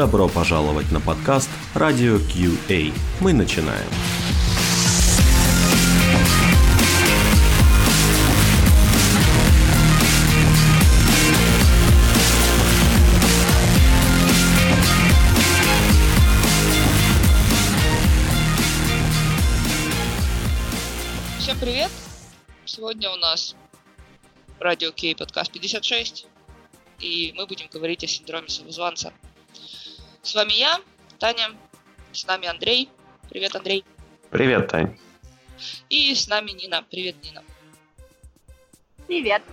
Добро пожаловать на подкаст Radio QA. Мы начинаем. Всем привет! Сегодня у нас Radio QA подкаст 56, и мы будем говорить о синдроме самозванца. С вами я, Таня, с нами Андрей. Привет, Андрей. Привет, Тань. И с нами Нина. Привет, Нина. Привет.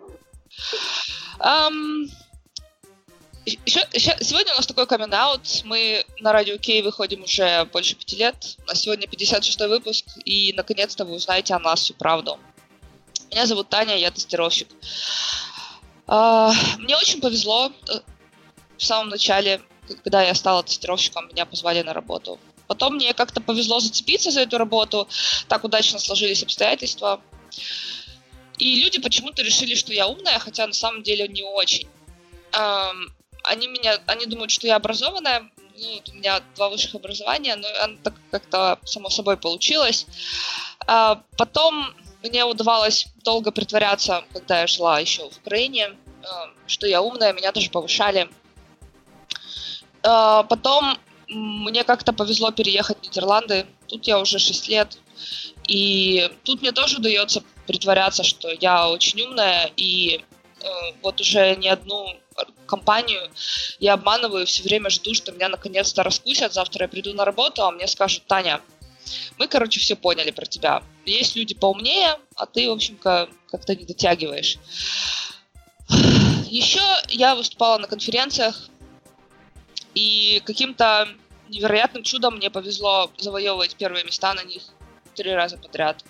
Сегодня у нас такой камин-аут. Мы на Radio QA выходим уже больше 5 лет. У нас сегодня 56-й выпуск, и наконец-то вы узнаете о нас всю правду. Меня зовут Таня, я тестировщик. Мне очень повезло в самом начале, когда я стала тестировщиком, меня позвали на работу. Потом мне как-то повезло зацепиться за эту работу, так удачно сложились обстоятельства. И люди почему-то решили, что я умная, хотя на самом деле не очень. Они думают, что я образованная. У меня 2 высших образования, но оно так как-то само собой получилось. Потом мне удавалось долго притворяться, когда я жила еще в Украине, что я умная, меня тоже повышали. Потом мне как-то повезло переехать в Нидерланды. Тут я уже 6 лет. И тут мне тоже удается притворяться, что я очень умная. И вот уже не одну компанию я обманываю, все время жду, что меня наконец-то раскусят. Завтра я приду на работу, а мне скажут: Таня, мы, все поняли про тебя. Есть люди поумнее, а ты, в общем-то, как-то не дотягиваешь. Еще я выступала на конференциях, и каким-то невероятным чудом мне повезло завоевывать первые места на них 3 раза подряд.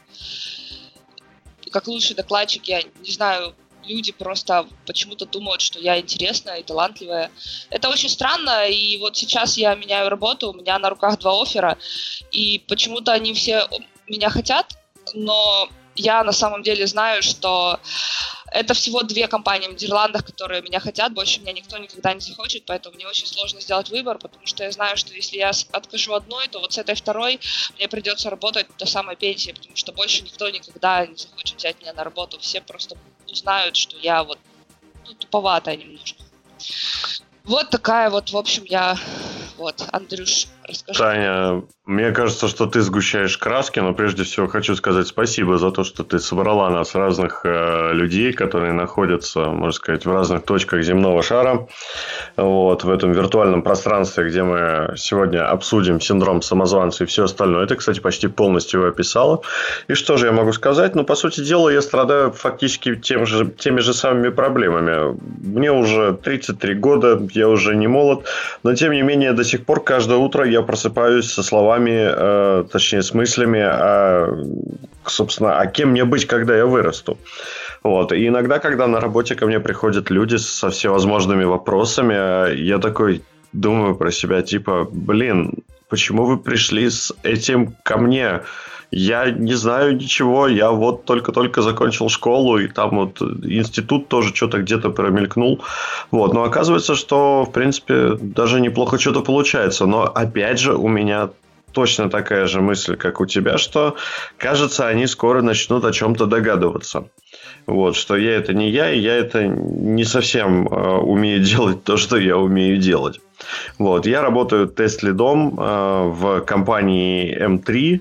Как лучший докладчик, я не знаю, люди просто почему-то думают, что я интересная и талантливая. Это очень странно, и вот сейчас я меняю работу, у меня на руках 2 оффера, и почему-то они все меня хотят, но я на самом деле знаю, что это всего 2 компании в Нидерландах, которые меня хотят, больше меня никто никогда не захочет, поэтому мне очень сложно сделать выбор, потому что я знаю, что если я откажу одной, то вот с этой второй мне придется работать до самой пенсии, потому что больше никто никогда не захочет взять меня на работу, все просто узнают, что я туповатая немножко. Вот такая в общем, я... Андрюш, расскажи. Таня, мне кажется, что ты сгущаешь краски, но прежде всего хочу сказать спасибо за то, что ты собрала нас, разных людей, которые находятся, можно сказать, в разных точках земного шара, в этом виртуальном пространстве, где мы сегодня обсудим синдром самозванца и все остальное. Это, кстати, почти полностью его описала. И что же я могу сказать? По сути дела, я страдаю фактически теми же самыми проблемами. Мне уже 33 года, я уже не молод, но тем не менее до сих пор каждое утро я просыпаюсь со словами, точнее с мыслями, собственно, кем мне быть, когда я вырасту. И иногда, когда на работе ко мне приходят люди со всевозможными вопросами, я такой думаю про себя, типа, почему вы пришли с этим ко мне? Я не знаю ничего, я только-только закончил школу, и там институт тоже что-то где-то промелькнул. Но оказывается, что, в принципе, даже неплохо что-то получается. Но, опять же, у меня точно такая же мысль, как у тебя, что, кажется, они скоро начнут о чем-то догадываться. Что я это не я, и я это не совсем умею делать то, что я умею делать. Я работаю тест-лидом в компании М3,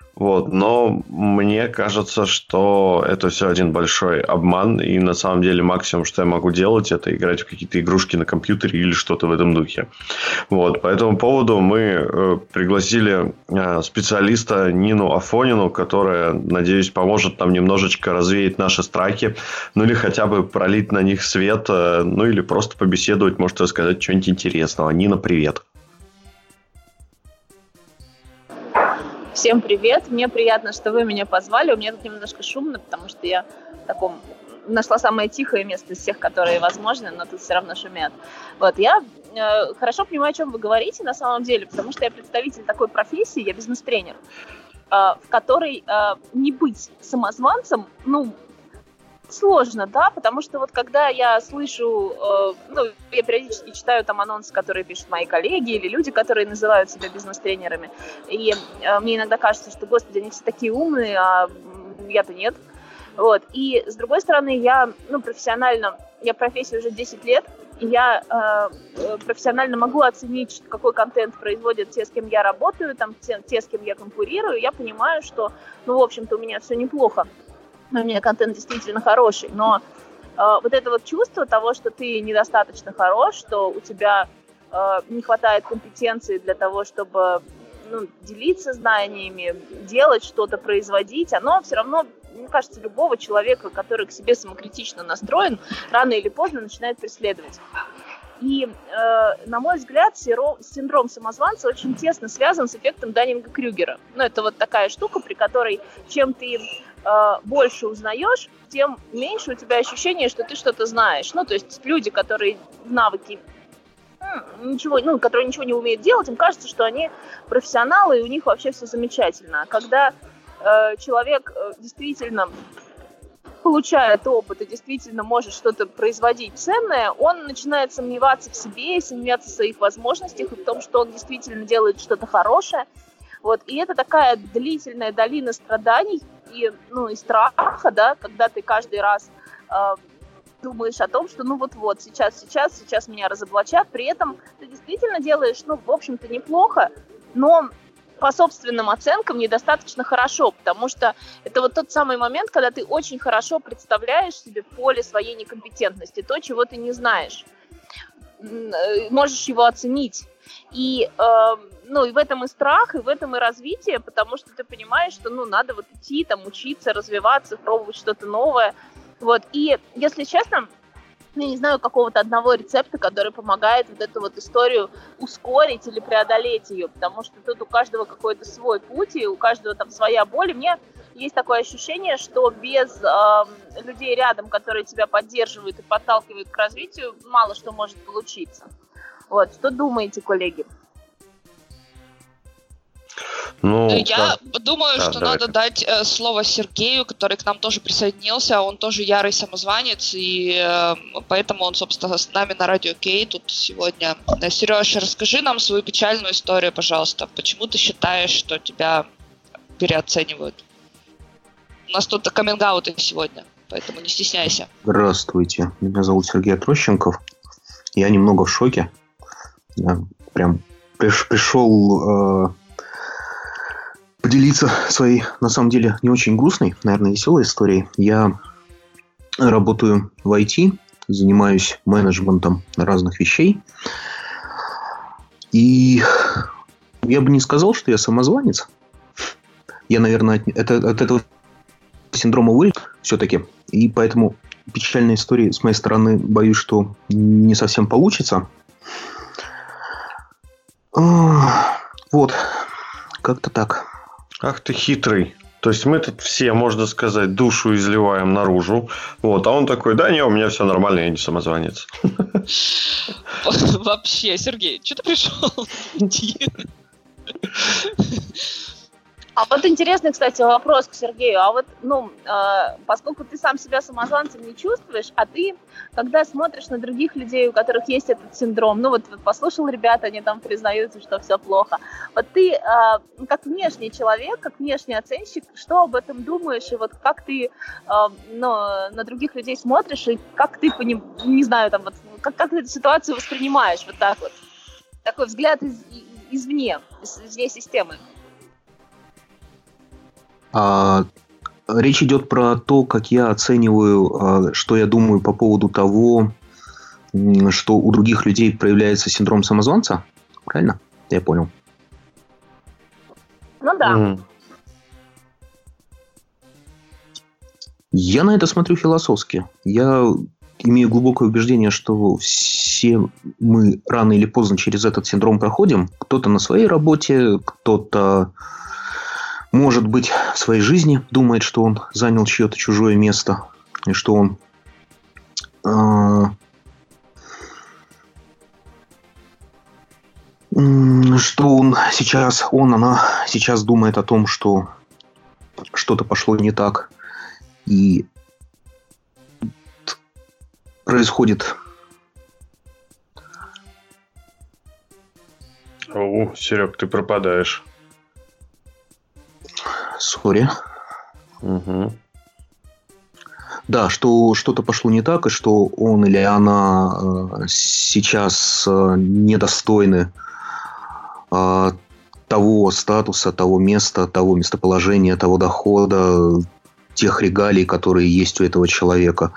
но мне кажется, что это все один большой обман, и на самом деле максимум, что я могу делать, это играть в какие-то игрушки на компьютере или что-то в этом духе. По этому поводу мы пригласили специалиста Нину Афонину, которая, надеюсь, поможет нам немножечко развеять наши страхи, или хотя бы пролить на них свет, или просто побеседовать, может рассказать что-нибудь интересного. Нина, привет. Всем привет. Мне приятно, что вы меня позвали. У меня тут немножко шумно, потому что я нашла самое тихое место из всех, которые возможны, но тут все равно шумят. Я хорошо понимаю, о чем вы говорите на самом деле, потому что я представитель такой профессии, я бизнес-тренер, в которой не быть самозванцем, Сложно, да, потому что вот когда я слышу, я периодически читаю там анонсы, которые пишут мои коллеги или люди, которые называют себя бизнес-тренерами, и мне иногда кажется, что, господи, они все такие умные, а я-то нет. Вот. И с другой стороны, я профессионально, я в профессии уже 10 лет, и я профессионально могу оценить, какой контент производят те, с кем я работаю, там, те, с кем я конкурирую. Я понимаю, что, в общем-то, у меня все неплохо. У меня контент действительно хороший, но вот это вот чувство того, что ты недостаточно хорош, что у тебя не хватает компетенции для того, чтобы делиться знаниями, делать что-то, производить, оно все равно, мне кажется, любого человека, который к себе самокритично настроен, рано или поздно начинает преследовать. И, на мой взгляд, синдром самозванца очень тесно связан с эффектом Даннинга-Крюгера. Это вот такая штука, при которой чем ты больше узнаешь, тем меньше у тебя ощущение, что ты что-то знаешь. То есть люди, которые в навыке которые ничего не умеют делать, им кажется, что они профессионалы, и у них вообще все замечательно. А когда человек действительно получает опыт и действительно может что-то производить ценное, он начинает сомневаться в себе, сомневаться в своих возможностях и в том, что он действительно делает что-то хорошее. Вот. И это такая длительная долина страданий и страха, да, когда ты каждый раз думаешь о том, что вот-вот, сейчас меня разоблачат, при этом ты действительно делаешь, в общем-то, неплохо, но по собственным оценкам недостаточно хорошо, потому что это вот тот самый момент, когда ты очень хорошо представляешь себе поле своей некомпетентности, то, чего ты не знаешь, можешь его оценить. И в этом и страх, и в этом и развитие, потому что ты понимаешь, что надо вот идти, там, учиться, развиваться, пробовать что-то новое. Вот. И, если честно, я не знаю какого-то одного рецепта, который помогает вот эту вот историю ускорить или преодолеть ее, потому что тут у каждого какой-то свой путь, и у каждого там своя боль. И мне есть такое ощущение, что без людей рядом, которые тебя поддерживают и подталкивают к развитию, мало что может получиться. Вот. Что думаете, коллеги? Я думаю, что надо дать слово Сергею, который к нам тоже присоединился. Он тоже ярый самозванец, и поэтому он, собственно, с нами на Радио Кей тут сегодня. Сереж, расскажи нам свою печальную историю, пожалуйста. Почему ты считаешь, что тебя переоценивают? У нас тут каминг-ауты сегодня, поэтому не стесняйся. Здравствуйте, меня зовут Сергей Трощенков. Я немного в шоке. Я прям пришел поделиться своей, на самом деле, не очень грустной, наверное, веселой историей. Я работаю в IT, занимаюсь менеджментом разных вещей. И я бы не сказал, что я самозванец. Я, наверное, от этого синдрома вылез все-таки. И поэтому печальная история с моей стороны, боюсь, что не совсем получится. Вот, как-то так. Ах ты хитрый. То есть мы тут все, можно сказать, душу изливаем наружу. Вот, а он такой, да не, у меня все нормально, я не самозванец. Вообще, Сергей, что ты пришел? А вот интересный, кстати, вопрос к Сергею. А вот, поскольку ты сам себя самозванцем не чувствуешь, а ты, когда смотришь на других людей, у которых есть этот синдром, послушал ребят, они там признаются, что все плохо. Вот ты, как внешний человек, как внешний оценщик, что об этом думаешь? И вот как ты на других людей смотришь, и как ты, не знаю, там, вот, как ты эту ситуацию воспринимаешь вот так вот? Такой взгляд извне системы. Речь идет про то, как я оцениваю, что я думаю по поводу того, что у других людей проявляется синдром самозванца. Правильно? Я понял. Ну да. Я на это смотрю философски. Я имею глубокое убеждение, что все мы рано или поздно через этот синдром проходим. Кто-то на своей работе, кто-то, может быть, в своей жизни думает, что он занял чье-то чужое место. И что он... она сейчас думает о том, что что-то пошло не так. И происходит. О, Серег, ты пропадаешь. Сори. Угу. Да, что что-то пошло не так, и что он или она сейчас недостойны того статуса, того места, того местоположения, того дохода, тех регалий, которые есть у этого человека.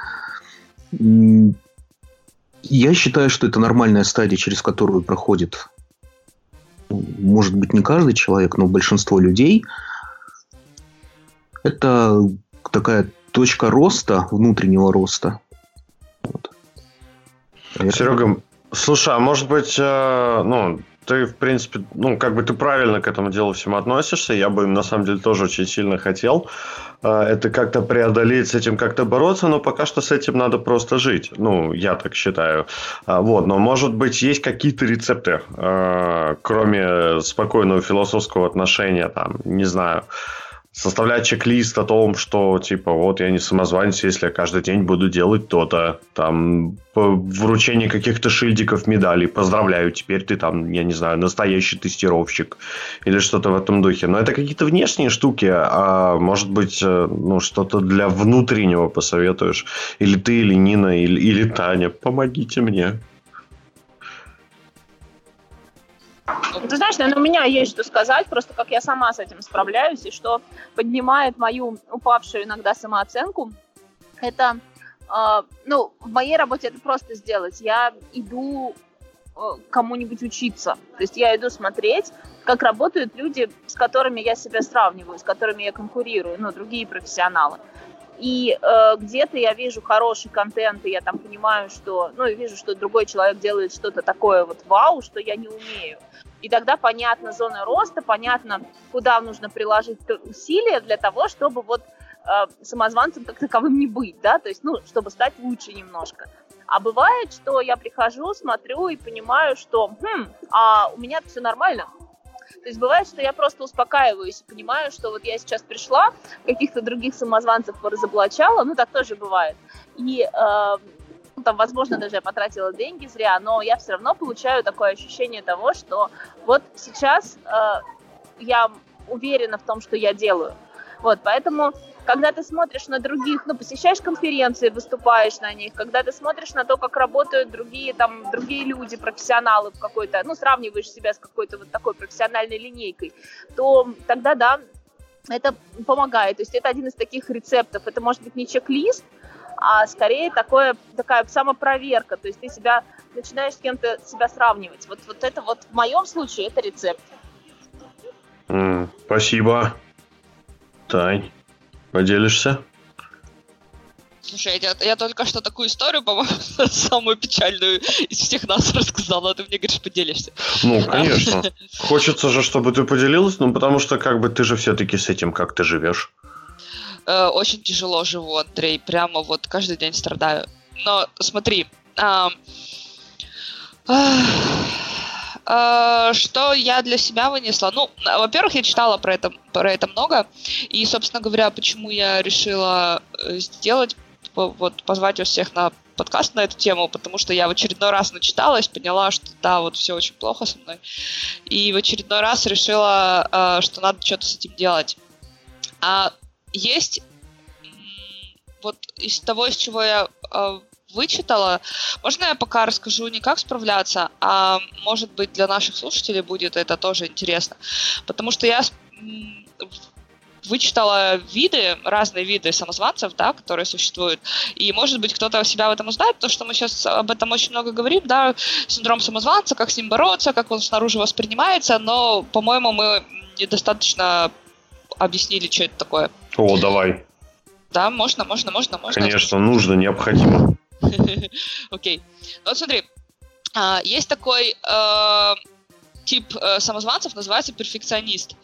Я считаю, что это нормальная стадия, через которую проходит, может быть, не каждый человек, но большинство людей. Это такая точка роста, внутреннего роста. Вот. Серега, слушай, а может быть, ты, в принципе, как бы ты правильно к этому делу всему относишься, я бы, на самом деле, тоже очень сильно хотел это как-то преодолеть, с этим как-то бороться, но пока что с этим надо просто жить, я так считаю. Вот, но, может быть, есть какие-то рецепты, кроме спокойного философского отношения, там, не знаю, составлять чек-лист о том, что, типа, вот я не самозванец, если я каждый день буду делать то-то, там, вручение каких-то шильдиков, медалей, поздравляю, теперь ты там, я не знаю, настоящий тестировщик, или что-то в этом духе. Но это какие-то внешние штуки, а может быть, что-то для внутреннего посоветуешь, или ты, или Нина, или Таня, помогите мне. Ты знаешь, наверное, у меня есть что сказать, просто как я сама с этим справляюсь, и что поднимает мою упавшую иногда самооценку. Это, в моей работе это просто сделать. Я иду кому-нибудь учиться. То есть я иду смотреть, как работают люди, с которыми я себя сравниваю, с которыми я конкурирую, другие профессионалы. И где-то я вижу хороший контент, и я там понимаю, что, и вижу, что другой человек делает что-то такое вот вау, что я не умею. И тогда понятна зона роста, понятно, куда нужно приложить усилия для того, чтобы самозванцем как таковым не быть, да, то есть, чтобы стать лучше немножко. А бывает, что я прихожу, смотрю и понимаю, что, а у меня все нормально. То есть бывает, что я просто успокаиваюсь и понимаю, что вот я сейчас пришла, каких-то других самозванцев поразоблачала, так тоже бывает. И возможно, даже я потратила деньги зря, но я все равно получаю такое ощущение того, что вот сейчас я уверена в том, что я делаю. Вот, поэтому, когда ты смотришь на других, посещаешь конференции, выступаешь на них, когда ты смотришь на то, как работают другие люди, профессионалы в какой-то, сравниваешь себя с какой-то вот такой профессиональной линейкой, то тогда, да, это помогает. То есть это один из таких рецептов. Это может быть не чек-лист, а скорее такая самопроверка. То есть ты начинаешь с кем-то себя сравнивать. Вот это в моем случае это рецепт. Спасибо. Тань, поделишься? Слушай, я только что такую историю, по-моему, самую печальную из всех нас рассказала, а ты мне говоришь, поделишься. Конечно. Хочется же, чтобы ты поделилась, потому что ты же все-таки с этим как ты живешь. Очень тяжело живу, Андрей, прямо каждый день страдаю. Но смотри, что я для себя вынесла? Во-первых, я читала про это много, и, собственно говоря, почему я решила позвать вас всех на подкаст на эту тему, потому что я в очередной раз начиталась, поняла, что да, все очень плохо со мной, и в очередной раз решила, что надо что-то с этим делать. Есть из того, из чего я вычитала, можно я пока расскажу не как справляться, а может быть для наших слушателей будет это тоже интересно, потому что я вычитала разные виды самозванцев, да, которые существуют, и может быть кто-то себя в этом узнает, потому что мы сейчас об этом очень много говорим, да, синдром самозванца, как с ним бороться, как он снаружи воспринимается, но, по-моему, мы недостаточно объяснили, что это такое. О, давай. Да, можно. Конечно, нужно, необходимо. Окей. Вот смотри, есть такой тип самозванцев, называется перфекционист.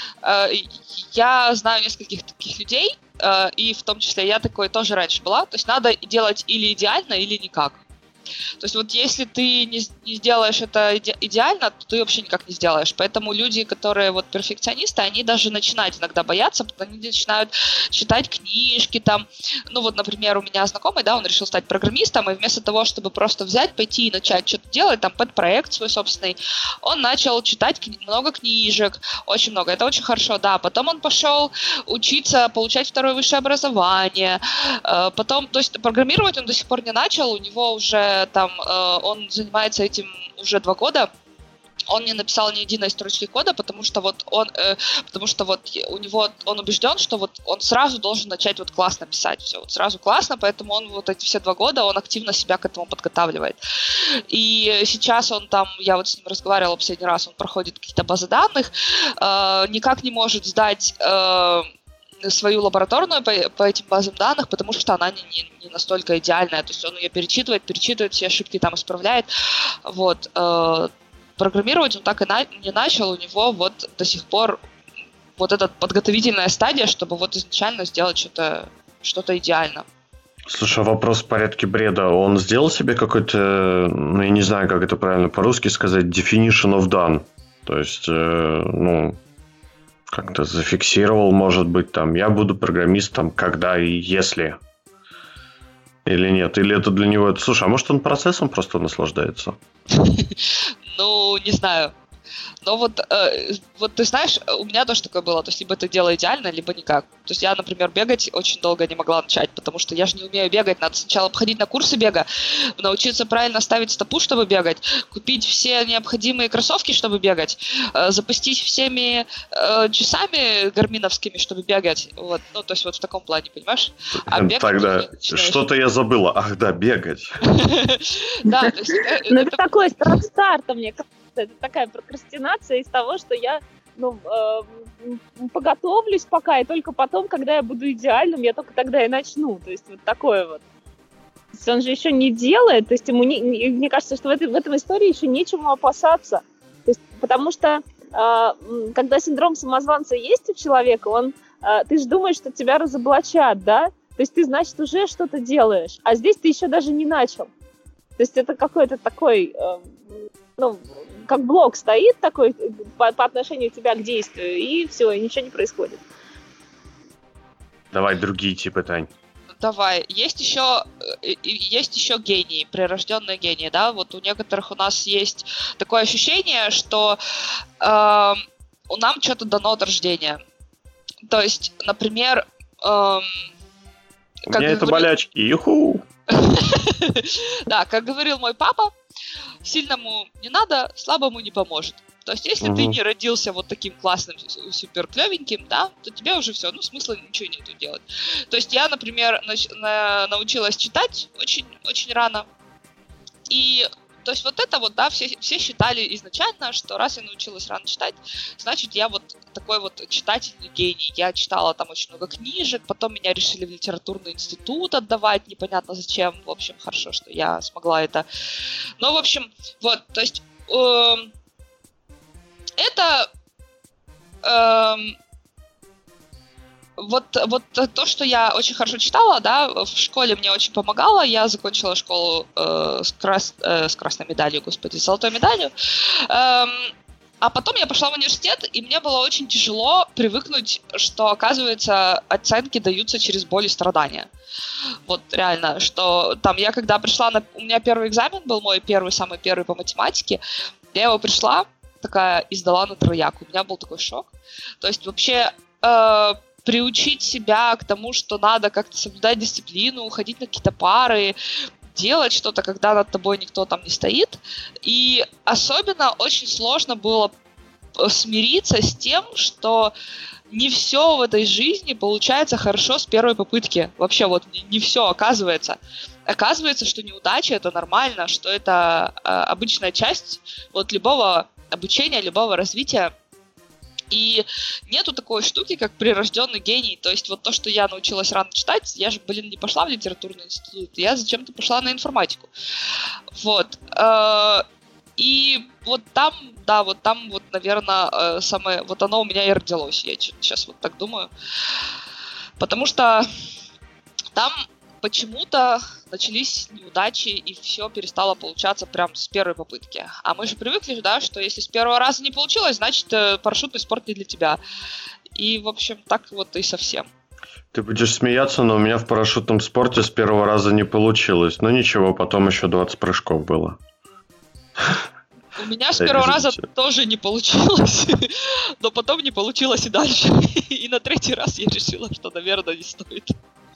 Я знаю нескольких таких людей, и в том числе я такой тоже раньше была. То есть надо делать или идеально, или никак. То есть вот если ты не сделаешь это идеально, то ты вообще никак не сделаешь. Поэтому люди, которые вот перфекционисты, они даже начинать иногда боятся, потому что они начинают читать книжки там. Ну вот, например, у меня знакомый, да, он решил стать программистом, и вместо того, чтобы просто взять, пойти и начать что-то делать, там, под проект свой собственный, он начал читать много книжек, очень много. Это очень хорошо, да. Потом он пошел учиться, получать второе высшее образование. Потом, то есть программировать он до сих пор не начал, у него уже там, он занимается этим уже 2 года. Он не написал ни единой строчки кода, потому что вот у него, он убежден, что вот он сразу должен начать вот классно писать, все вот сразу классно, поэтому он вот эти все 2 года, он активно себя к этому подготавливает. И сейчас он там, я вот с ним разговаривала последний раз, он проходит какие-то базы данных, никак не может сдать свою лабораторную по этим базам данных, потому что она не настолько идеальная, то есть он ее перечитывает, все ошибки там исправляет, вот. Программировать он так и не начал, у него вот до сих пор вот эта подготовительная стадия, чтобы вот изначально сделать что-то идеально. Слушай, вопрос в порядке бреда. Он сделал себе какой-то, ну, я не знаю, как это правильно по-русски сказать, definition of done. То есть, как-то зафиксировал, может быть, там, я буду программистом, когда и если. Или нет? Или это для него... Слушай, а может он процессом просто наслаждается? Ну, не знаю. Но вот ты знаешь, у меня тоже такое было. То есть, либо это дело идеально, либо никак. То есть, я, например, бегать очень долго не могла начать, потому что я же не умею бегать. Надо сначала походить на курсы бега, научиться правильно ставить стопу, чтобы бегать, купить все необходимые кроссовки, чтобы бегать, запастись всеми часами гарминовскими, чтобы бегать. Вот. Ну, то есть, вот в таком плане, понимаешь? А бегать... Тогда что-то я забыла. Ах, да, бегать. Да, то есть... Ну, это такой старт, мне кажется. Это такая прокрастинация из того, что я поготовлюсь пока, и только потом, когда я буду идеальным, я только тогда и начну. То есть вот такое вот. То есть он же еще не делает, то есть ему мне кажется, что в этом истории еще нечему опасаться. То есть, потому что когда синдром самозванца есть у человека, ты же думаешь, что тебя разоблачат, да? То есть ты, значит, уже что-то делаешь, а здесь ты еще даже не начал. То есть это какой-то такой... как блок стоит такой по отношению тебя к действию, и все, и ничего не происходит. Давай другие типы, Тань. Давай. Есть еще гении, прирожденные гении, да? Вот у некоторых у нас есть такое ощущение, что нам что-то дано от рождения. То есть, например... у меня это болячки, юху! Да, как говорил мой папа, сильному не надо, слабому не поможет. То есть, если ты не родился вот таким классным, супер клевеньким, да, то тебе уже все, смысла ничего нету делать. То есть, я, например, научилась читать очень, очень рано. И, то есть, вот это вот, да, все считали изначально, что раз я научилась рано читать, значит, я вот такой вот читательный гений. Я читала там очень много книжек, потом меня решили в литературный институт отдавать, непонятно зачем. В общем, хорошо, что я смогла это. Ну, в общем, вот, то есть, это... Вот то, что я очень хорошо читала, да, в школе мне очень помогало. Я закончила школу с красной медалью, господи, с золотой медалью. А потом я пошла в университет, и мне было очень тяжело привыкнуть, что, оказывается, оценки даются через боль и страдания. Вот реально, что там я когда пришла, у меня первый экзамен был мой самый первый по математике, я его пришла, такая, и сдала на трояк. У меня был такой шок. То есть вообще... приучить себя к тому, что надо как-то соблюдать дисциплину, ходить на какие-то пары, делать что-то, когда над тобой никто там не стоит. И особенно очень сложно было смириться с тем, что не все в этой жизни получается хорошо с первой попытки. Вообще вот не все оказывается. Оказывается, что неудача — это нормально, что это обычная часть вот любого обучения, любого развития. И нету такой штуки, как прирожденный гений. То есть вот то, что я научилась рано читать, я же, не пошла в литературный институт, я зачем-то пошла на информатику. Вот. И вот там, да, наверное, самое, вот оно у меня и родилось, я сейчас вот так думаю. Потому что там почему-то начались неудачи, и все перестало получаться прям с первой попытки. А мы же привыкли, да, что если с первого раза не получилось, значит, парашютный спорт не для тебя. И, в общем, так вот и совсем. Ты будешь смеяться, но у меня в парашютном спорте с первого раза не получилось. Но ничего, потом еще 20 прыжков было. У меня с первого раза тоже не получилось, но потом не получилось и дальше. И на третий раз я решила, что, наверное, не стоит.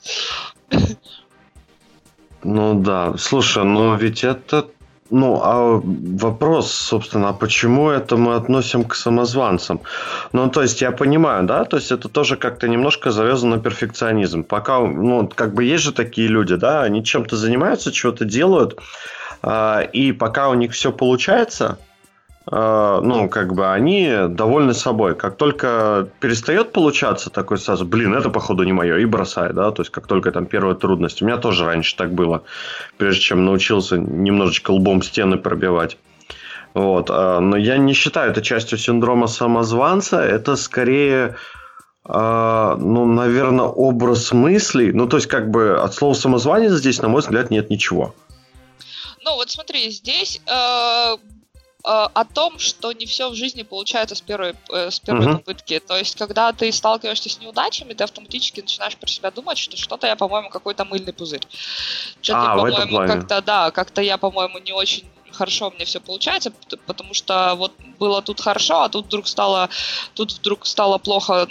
Ну да, слушай, но ведь это... Ну, а вопрос, собственно, а почему это мы относим к самозванцам? Ну, то есть, я понимаю, да, то есть, это тоже как-то немножко завязано на перфекционизм. Пока, ну, как бы есть же такие люди, да, они чем-то занимаются, чего-то делают, и пока у них все получается, ну, как бы они довольны собой. Как только перестает получаться, такой сразу, блин, это, походу, не мое, и бросает, да, то есть, как только там первая трудность. У меня тоже раньше так было, прежде чем научился немножечко лбом стены пробивать. Вот. Но я не считаю это частью синдрома самозванца, это скорее... ну, наверное, образ мыслей. Ну, то есть, как бы от слова самозванец здесь, на мой взгляд, нет ничего. Ну, вот смотри, здесь о том, что не все в жизни получается с первой попытки. То есть, когда ты сталкиваешься с неудачами, ты автоматически начинаешь про себя думать, что что-то я, по-моему, какой-то мыльный пузырь. Что-то, по-моему, как-то я, по-моему, не очень хорошо мне все получается, потому что вот было тут хорошо, а тут вдруг стало плохо,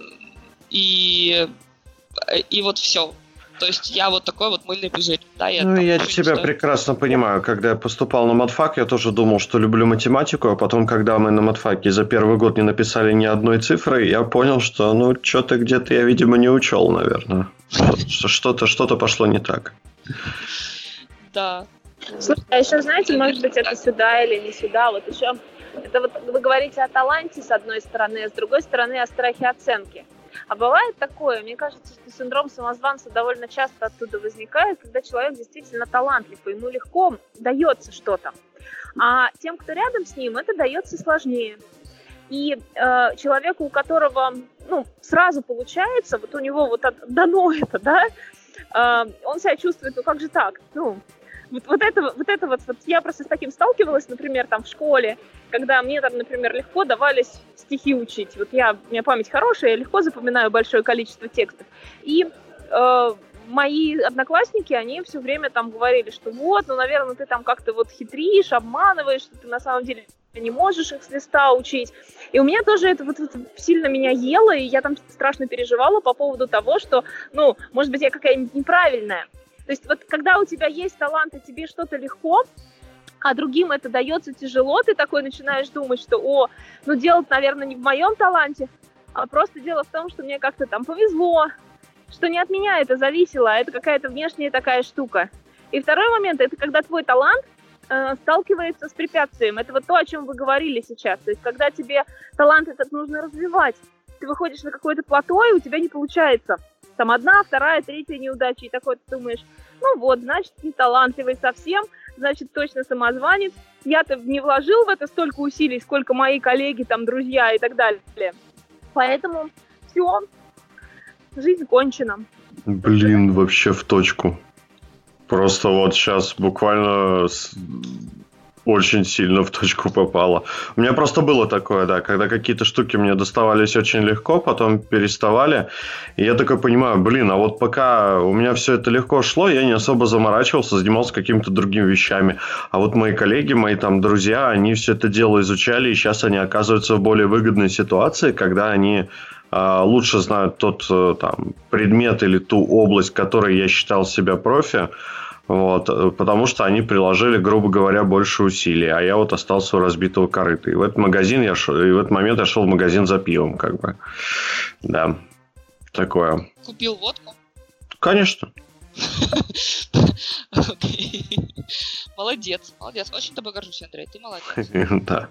и вот все. То есть я вот такой вот мыльный пузырь. Да, я тебя прекрасно понимаю. Когда я поступал на матфак, я тоже думал, что люблю математику, а потом, когда мы на матфаке за первый год не написали ни одной цифры, я понял, что, ну, что-то где-то я, видимо, не учел, наверное. Что-то пошло не так. Да. Слушай, а еще, знаете, может быть, это сюда или не сюда, вот еще, это вот вы говорите о таланте с одной стороны, а с другой стороны о страхе оценки. А бывает такое, мне кажется, что синдром самозванца довольно часто оттуда возникает, когда человек действительно талантлив, и ему легко дается что-то. А тем, кто рядом с ним, это дается сложнее. И человеку, у которого, ну, сразу получается, вот у него вот дано это, да, он себя чувствует, ну как же так, ну... Вот я просто с таким сталкивалась, например, там в школе, когда мне там, например, легко давались стихи учить. Вот у меня память хорошая, я легко запоминаю большое количество текстов. И мои одноклассники, они все время там говорили, что вот, ну, наверное, ты там как-то вот хитришь, обманываешь, что ты на самом деле не можешь их с листа учить. И у меня тоже это вот сильно меня ело, и я там страшно переживала по поводу того, что, ну, может быть, я какая-нибудь неправильная. То есть вот когда у тебя есть талант, и тебе что-то легко, а другим это дается тяжело, ты такой начинаешь думать, что, ну дело, наверное, не в моем таланте, а просто дело в том, что мне как-то там повезло, что не от меня это зависело, а это какая-то внешняя такая штука. И второй момент, это когда твой талант сталкивается с препятствием. Это вот то, о чем вы говорили сейчас. То есть когда тебе талант этот нужно развивать, ты выходишь на какое-то плато, и у тебя не получается. Там одна, вторая, третья неудача, и такой ты думаешь, ну вот, значит, не талантливый совсем, значит, точно самозванец. Я-то не вложил в это столько усилий, сколько мои коллеги, там, друзья и так далее. Поэтому все, жизнь кончена. Блин, вообще в точку. Просто вот сейчас буквально очень сильно в точку попало. У меня просто было такое, да, когда какие-то штуки мне доставались очень легко, потом переставали, и я такой понимаю, блин, а вот пока у меня все это легко шло, я не особо заморачивался, занимался какими-то другими вещами. А вот мои коллеги, мои там друзья, они все это дело изучали, и сейчас они оказываются в более выгодной ситуации, когда они лучше знают тот там предмет или ту область, в которой я считал себя профи. Вот, потому что они приложили, грубо говоря, больше усилий, а я вот остался у разбитого корыта. И в этот момент я шел в магазин за пивом, как бы. Да, такое. Купил водку? Конечно. Молодец. Очень тобой горжусь, Андрей, ты молодец. Да.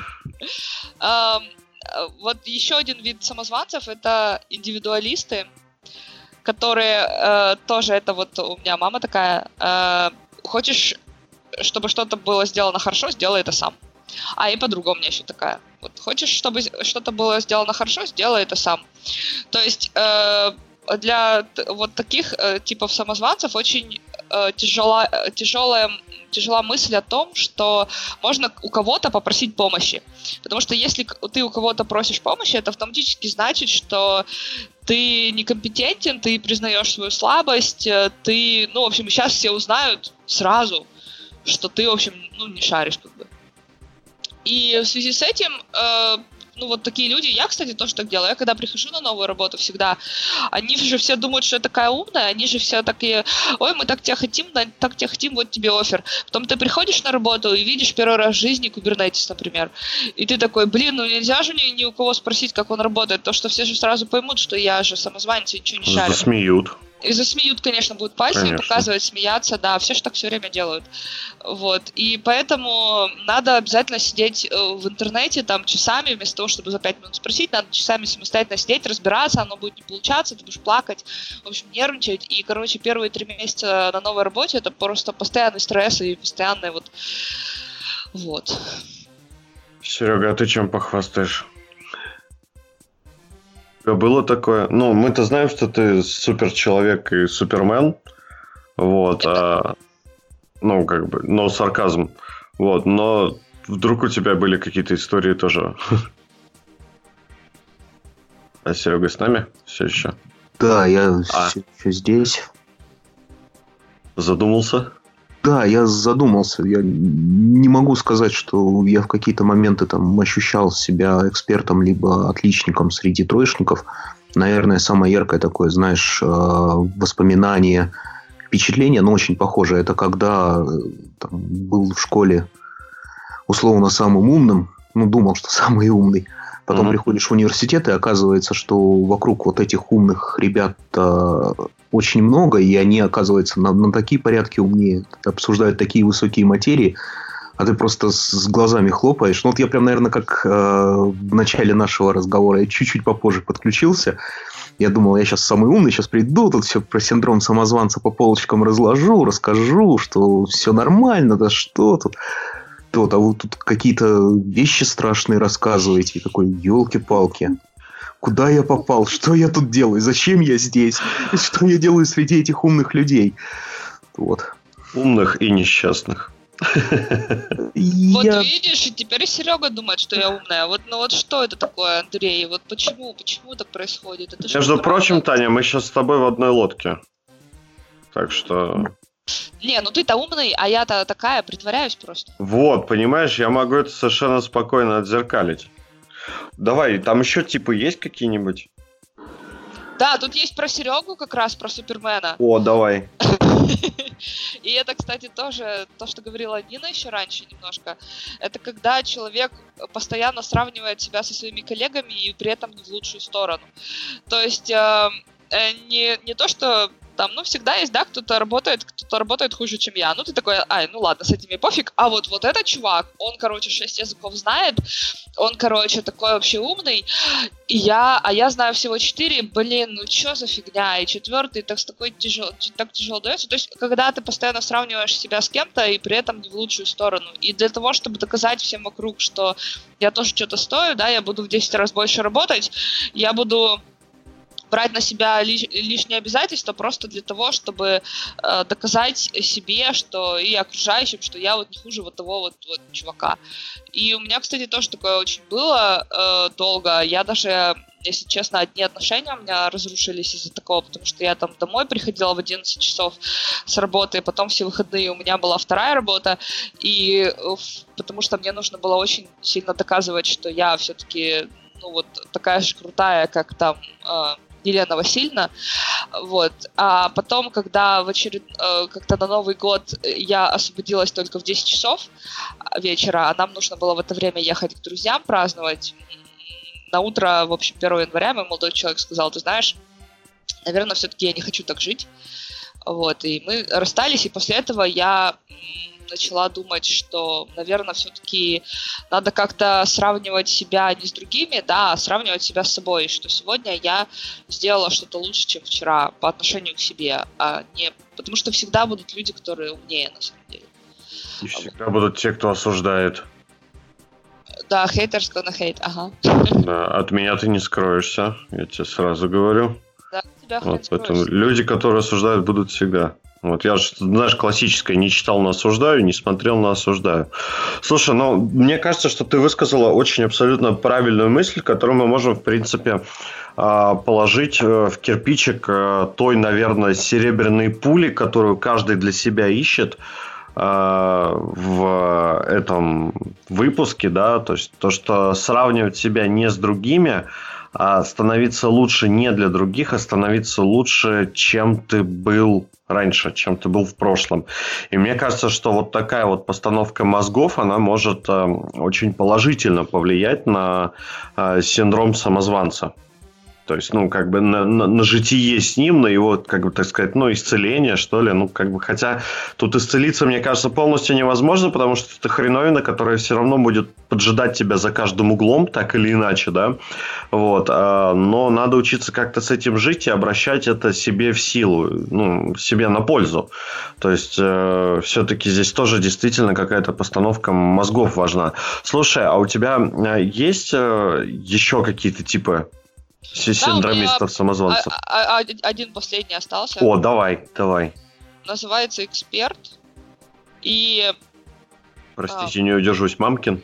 Вот еще один вид самозванцев – это индивидуалисты, которые тоже, это вот у меня мама такая, хочешь, чтобы что-то было сделано хорошо, сделай это сам. А и подруга у меня еще такая. Вот, хочешь, чтобы что-то было сделано хорошо, сделай это сам. То есть для вот таких типов самозванцев очень тяжела мысль о том, что можно у кого-то попросить помощи. Потому что если ты у кого-то просишь помощи, это автоматически значит, что ты некомпетентен, ты признаешь свою слабость, ты, в общем, сейчас все узнают сразу, что ты, в общем, не шаришь как бы. И в связи с этим, вот такие люди, я, кстати, тоже так делаю. Я когда прихожу на новую работу всегда, они же все думают, что я такая умная, они же все такие, ой, мы так тебя хотим, вот тебе оффер. Потом ты приходишь на работу и видишь первый раз в жизни Kubernetes, например, и ты такой, нельзя же ни у кого спросить, как он работает, то что все же сразу поймут, что я же самозванец и ничего не шарю. Засмеют. И засмеют, конечно, будут пальцами показывать, смеяться, да, все же так все время делают. Вот, и поэтому надо обязательно сидеть в интернете там часами, вместо того, чтобы за 5 минут спросить, надо часами самостоятельно сидеть, разбираться, оно будет не получаться, ты будешь плакать, в общем, нервничать, и, первые 3 месяца на новой работе это просто постоянный стресс и постоянный вот. Серега, а ты чем похвастаешь? Было такое. Мы-то знаем, что ты суперчеловек и супермен. Вот. Но сарказм. Вот. Но вдруг у тебя были какие-то истории тоже. А Серега с нами все еще? Да, я все еще здесь. Задумался? Да, я задумался. Я не могу сказать, что я в какие-то моменты там ощущал себя экспертом либо отличником среди троечников. Наверное, самое яркое такое, знаешь, воспоминание, впечатление, но очень похоже. Это когда был в школе условно самым умным, думал, что самый умный. Потом приходишь в университет, и оказывается, что вокруг вот этих умных ребят очень много, и они, оказывается, на такие порядки умнее, обсуждают такие высокие материи, а ты просто с глазами хлопаешь. Я прям, наверное, как в начале нашего разговора, я чуть-чуть попозже подключился. Я думал, я сейчас самый умный, сейчас приду, тут все про синдром самозванца по полочкам разложу, расскажу, что все нормально, да что тут. А вы тут какие-то вещи страшные рассказываете. И такой, елки-палки. Куда я попал? Что я тут делаю? Зачем я здесь? Что я делаю среди этих умных людей? Вот. Умных и несчастных. Вот видишь, и теперь Серега думает, что я умная. Вот что это такое, Андрей? Вот почему так происходит? Это между прочим, Таня, мы сейчас с тобой в одной лодке. Так что... Не, ты-то умный, а я-то такая, притворяюсь просто. Вот, понимаешь, я могу это совершенно спокойно отзеркалить. Давай, там еще типы есть какие-нибудь? Да, тут есть про Серегу как раз, про Супермена. О, давай. И это, кстати, тоже то, что говорила Нина еще раньше немножко. Это когда человек постоянно сравнивает себя со своими коллегами и при этом не в лучшую сторону. То есть не то, что там, всегда есть, да, кто-то работает хуже, чем я. Ты такой, ладно, с этими пофиг. А вот этот чувак, он, 6 языков знает, он, такой вообще умный, а я знаю всего 4, что за фигня, и 4 так тяжело дается. То есть, когда ты постоянно сравниваешь себя с кем-то, и при этом не в лучшую сторону. И для того, чтобы доказать всем вокруг, что я тоже что-то стою, да, я буду в 10 раз больше работать, я буду брать на себя лишние обязательства просто для того, чтобы доказать себе, что и окружающим, что я не хуже того чувака. И у меня, кстати, тоже такое очень было долго. Я даже, если честно, одни отношения у меня разрушились из-за такого, потому что я там домой приходила в 11 часов с работы, потом все выходные у меня была вторая работа, и потому что мне нужно было очень сильно доказывать, что я все-таки такая же крутая, как там Елена Васильевна, вот. А потом, когда как-то на Новый год я освободилась только в 10 часов вечера, а нам нужно было в это время ехать к друзьям праздновать, на утро, в общем, 1 января мой молодой человек сказал, ты знаешь, наверное, все-таки я не хочу так жить, вот, и мы расстались, и после этого я начала думать, что, наверное, все-таки надо как-то сравнивать себя не с другими, да, а сравнивать себя с собой, что сегодня я сделала что-то лучше, чем вчера по отношению к себе, а не... Потому что всегда будут люди, которые умнее, на самом деле. И всегда будут те, кто осуждает. Да, haters gonna hate, ага. Да, от меня ты не скроешься, я тебе сразу говорю. Да, тебя Вот, поэтому люди, которые осуждают, будут всегда. Вот я же, знаешь, классическое, не читал, но осуждаю, не смотрел, но осуждаю. Слушай, ну, мне кажется, что ты высказала очень абсолютно правильную мысль, которую мы можем, в принципе, положить в кирпичик той, наверное, серебряной пули, которую каждый для себя ищет в этом выпуске, да, то есть то, что сравнивать себя не с другими, а становиться лучше не для других, а становиться лучше, чем ты был раньше, чем ты был в прошлом. И мне кажется, что вот такая вот постановка мозгов, она может очень положительно повлиять на синдром самозванца. То есть, ну, как бы на житие с ним, на его, как бы, так сказать, ну, исцеление, что ли. Ну, как бы, хотя тут исцелиться, мне кажется, полностью невозможно, потому что это хреновина, которая все равно будет поджидать тебя за каждым углом, так или иначе, да. Вот. Но надо учиться как-то с этим жить и обращать это себе в силу, ну, себе на пользу. То есть, все-таки здесь тоже действительно какая-то постановка мозгов важна. Слушай, а у тебя есть еще какие-то типы синдромистов-самозванцев? Один последний остался. О, давай. Называется «Эксперт». И... Простите, не удержусь. Мамкин?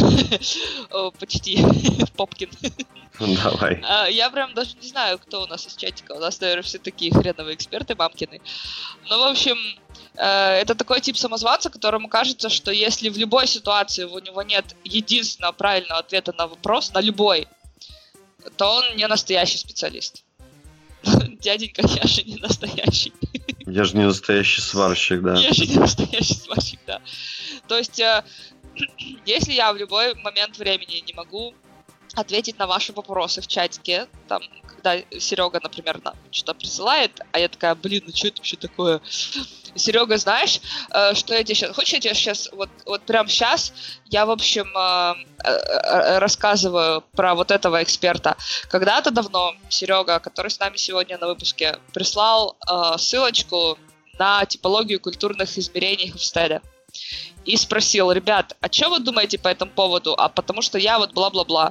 Почти. Попкин. Давай. Я прям даже не знаю, кто у нас из чатика. У нас, наверное, все такие хреновые эксперты, мамкины. Ну, в общем, это такой тип самозванца, которому кажется, что если в любой ситуации у него нет единственного правильного ответа на вопрос, на любой, то он не настоящий специалист. Дяденька, я же не настоящий. Я же не настоящий сварщик, да. Я же не настоящий сварщик, да. То есть, если я в любой момент времени не могу ответить на ваши вопросы в чатике, там, когда Серега, например, нам что-то присылает, а я такая, блин, ну что это вообще такое? Серега, знаешь, что я тебе сейчас... Хочешь, я тебе сейчас, вот прямо сейчас, я, в общем, рассказываю про вот этого эксперта. Когда-то давно Серега, который с нами сегодня на выпуске, прислал ссылочку на типологию культурных измерений Хofstede. И спросил: ребят, а что вы думаете по этому поводу? А потому что я вот бла-бла-бла.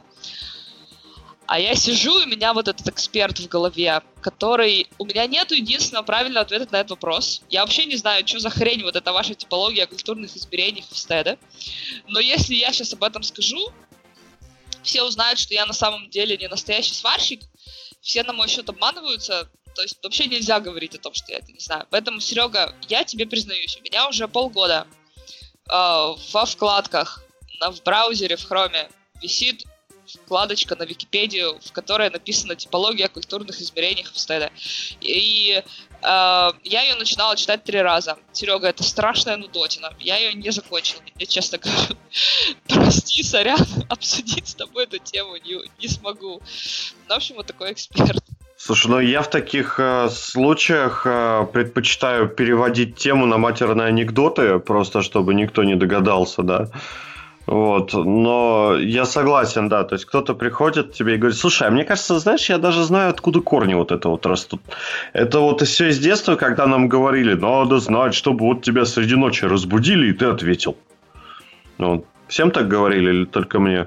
А я сижу, и у меня вот этот эксперт в голове, который... У меня нету единственного правильного ответа на этот вопрос. Я вообще не знаю, что за хрень вот эта ваша типология культурных измерений Хofstede. Но если я сейчас об этом скажу, все узнают, что я на самом деле не настоящий сварщик. Все на мой счет обманываются. То есть вообще нельзя говорить о том, что я это не знаю. Поэтому, Серега, я тебе признаюсь, у меня уже полгода во вкладках в браузере, в Chrome висит вкладочка на Википедию, в которой написана типология культурных измерений Хofstede. И я ее начинала читать 3 раза. Серега, это страшная нудотина. Я ее не закончила, я честно говорю. Прости, сорян, обсудить с тобой эту тему не смогу. В общем, вот такой эксперт. Слушай, ну я в таких случаях предпочитаю переводить тему на матерные анекдоты, просто чтобы никто не догадался, да. Вот, но я согласен, да, то есть кто-то приходит к тебе и говорит: слушай, а мне кажется, знаешь, я даже знаю, откуда корни вот это вот растут. Это вот все из детства, когда нам говорили: надо знать, чтобы вот тебя среди ночи разбудили, и ты ответил. Ну, всем так говорили или только мне?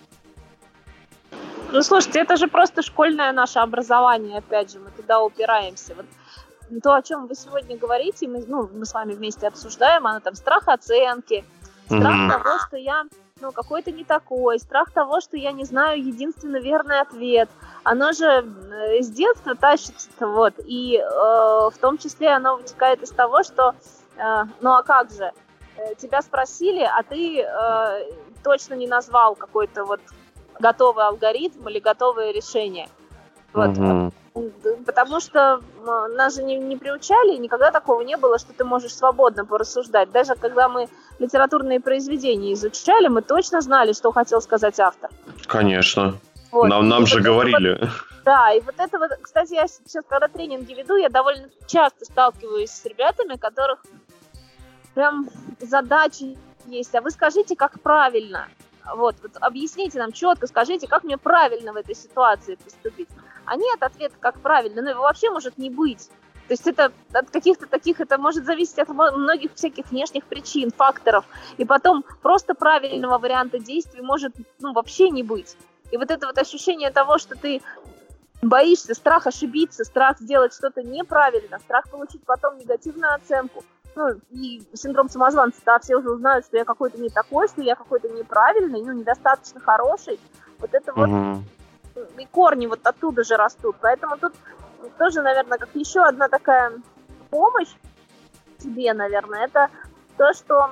Ну, слушайте, это же просто школьное наше образование, опять же, мы туда упираемся. Вот то, о чем вы сегодня говорите, мы с вами вместе обсуждаем, оно там страх оценки, страх того, что я, какой-то не такой, страх того, что я не знаю единственно верный ответ. Оно же с детства тащится, вот, и в том числе оно вытекает из того, что, а как же, тебя спросили, а ты точно не назвал какой-то вот готовый алгоритм или готовое решение. Вот. Потому что нас же не приучали, никогда такого не было, что ты можешь свободно порассуждать. Даже когда мы литературные произведения изучали, мы точно знали, что хотел сказать автор. Конечно. Вот. Нам же говорили. Вот, да, и вот это вот, кстати, я сейчас, когда тренинги веду, я довольно часто сталкиваюсь с ребятами, которых прям задачи есть. А вы скажите, как правильно. Вот объясните нам четко, скажите, как мне правильно в этой ситуации поступить. А нет ответа, как правильно, но его вообще может не быть. То есть это от каких-то таких, это может зависеть от многих всяких внешних причин, факторов. И потом просто правильного варианта действий может вообще не быть. И вот это вот ощущение того, что ты боишься, страх ошибиться, страх сделать что-то неправильно, страх получить потом негативную оценку. Ну, и синдром самозванца, да, все уже узнают, что я какой-то не такой, что я какой-то неправильный, ну, недостаточно хороший. Вот это вот, и корни вот оттуда же растут. Поэтому тут тоже, наверное, как еще одна такая помощь тебе, наверное, это то, что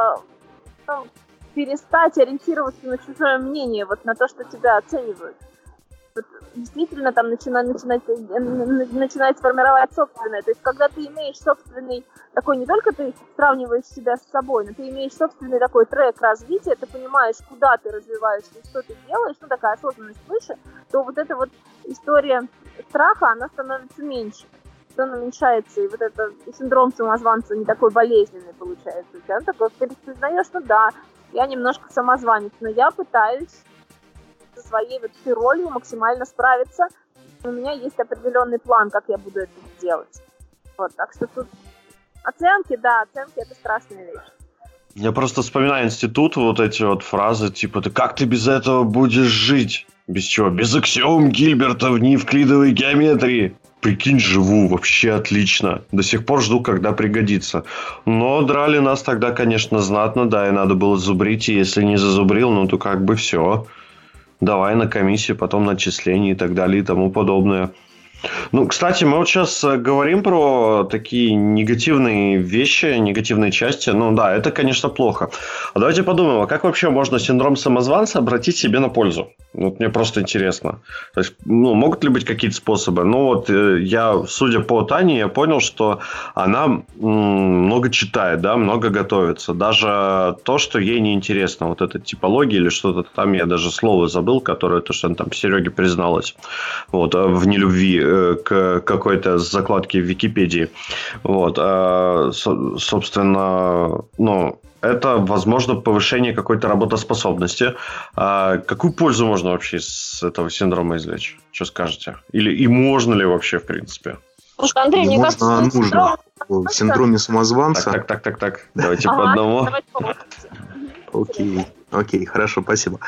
перестать ориентироваться на чужое мнение, вот на то, что тебя оценивают. Вот действительно там начинает формировать собственное. То есть, когда ты имеешь собственный такой, не только ты сравниваешь себя с собой, но ты имеешь собственный такой трек развития, ты понимаешь, куда ты развиваешься и что ты делаешь, ну, такая осознанность выше, то вот эта вот история страха, она становится меньше. Она уменьшается, и вот это синдром самозванца не такой болезненный получается. У тебя такой, ты признаешь, что да, я немножко самозванец, но я пытаюсь со своей вот этой ролью максимально справиться. У меня есть определенный план, как я буду это делать. Вот, так что тут оценки, да, оценки — это страшная вещь. Я просто вспоминаю институт, вот эти вот фразы, типа, как ты без этого будешь жить? Без чего? Без аксиом Гильберта в неевклидовой геометрии. Прикинь, живу, вообще отлично. До сих пор жду, когда пригодится. Но драли нас тогда, конечно, знатно, да, и надо было зубрить, и если не зазубрил, ну то как бы все. Давай на комиссию, потом на отчисление и так далее и тому подобное. Ну, кстати, мы вот сейчас говорим про такие негативные вещи, негативные части. Ну да, это, конечно, плохо. А давайте подумаем, а как вообще можно синдром самозванца обратить себе на пользу? Вот мне просто интересно. То есть, ну, могут ли быть какие-то способы? Ну, вот я, судя по Тане, я понял, что она много читает, да, много готовится. Даже то, что ей неинтересно, вот эта типология или что-то там, я даже слово забыл, которое то, что она там Сереге призналась, вот, в нелюбви к какой-то закладке в Википедии. Вот, собственно, ну, это, возможно, повышение какой-то работоспособности. Какую пользу можно вообще из этого синдрома извлечь? Что скажете? И можно ли вообще, в принципе? Слушай, Андрей, мне кажется, нужно. В синдроме самозванца. Так. Давайте по одному. Окей, хорошо, спасибо.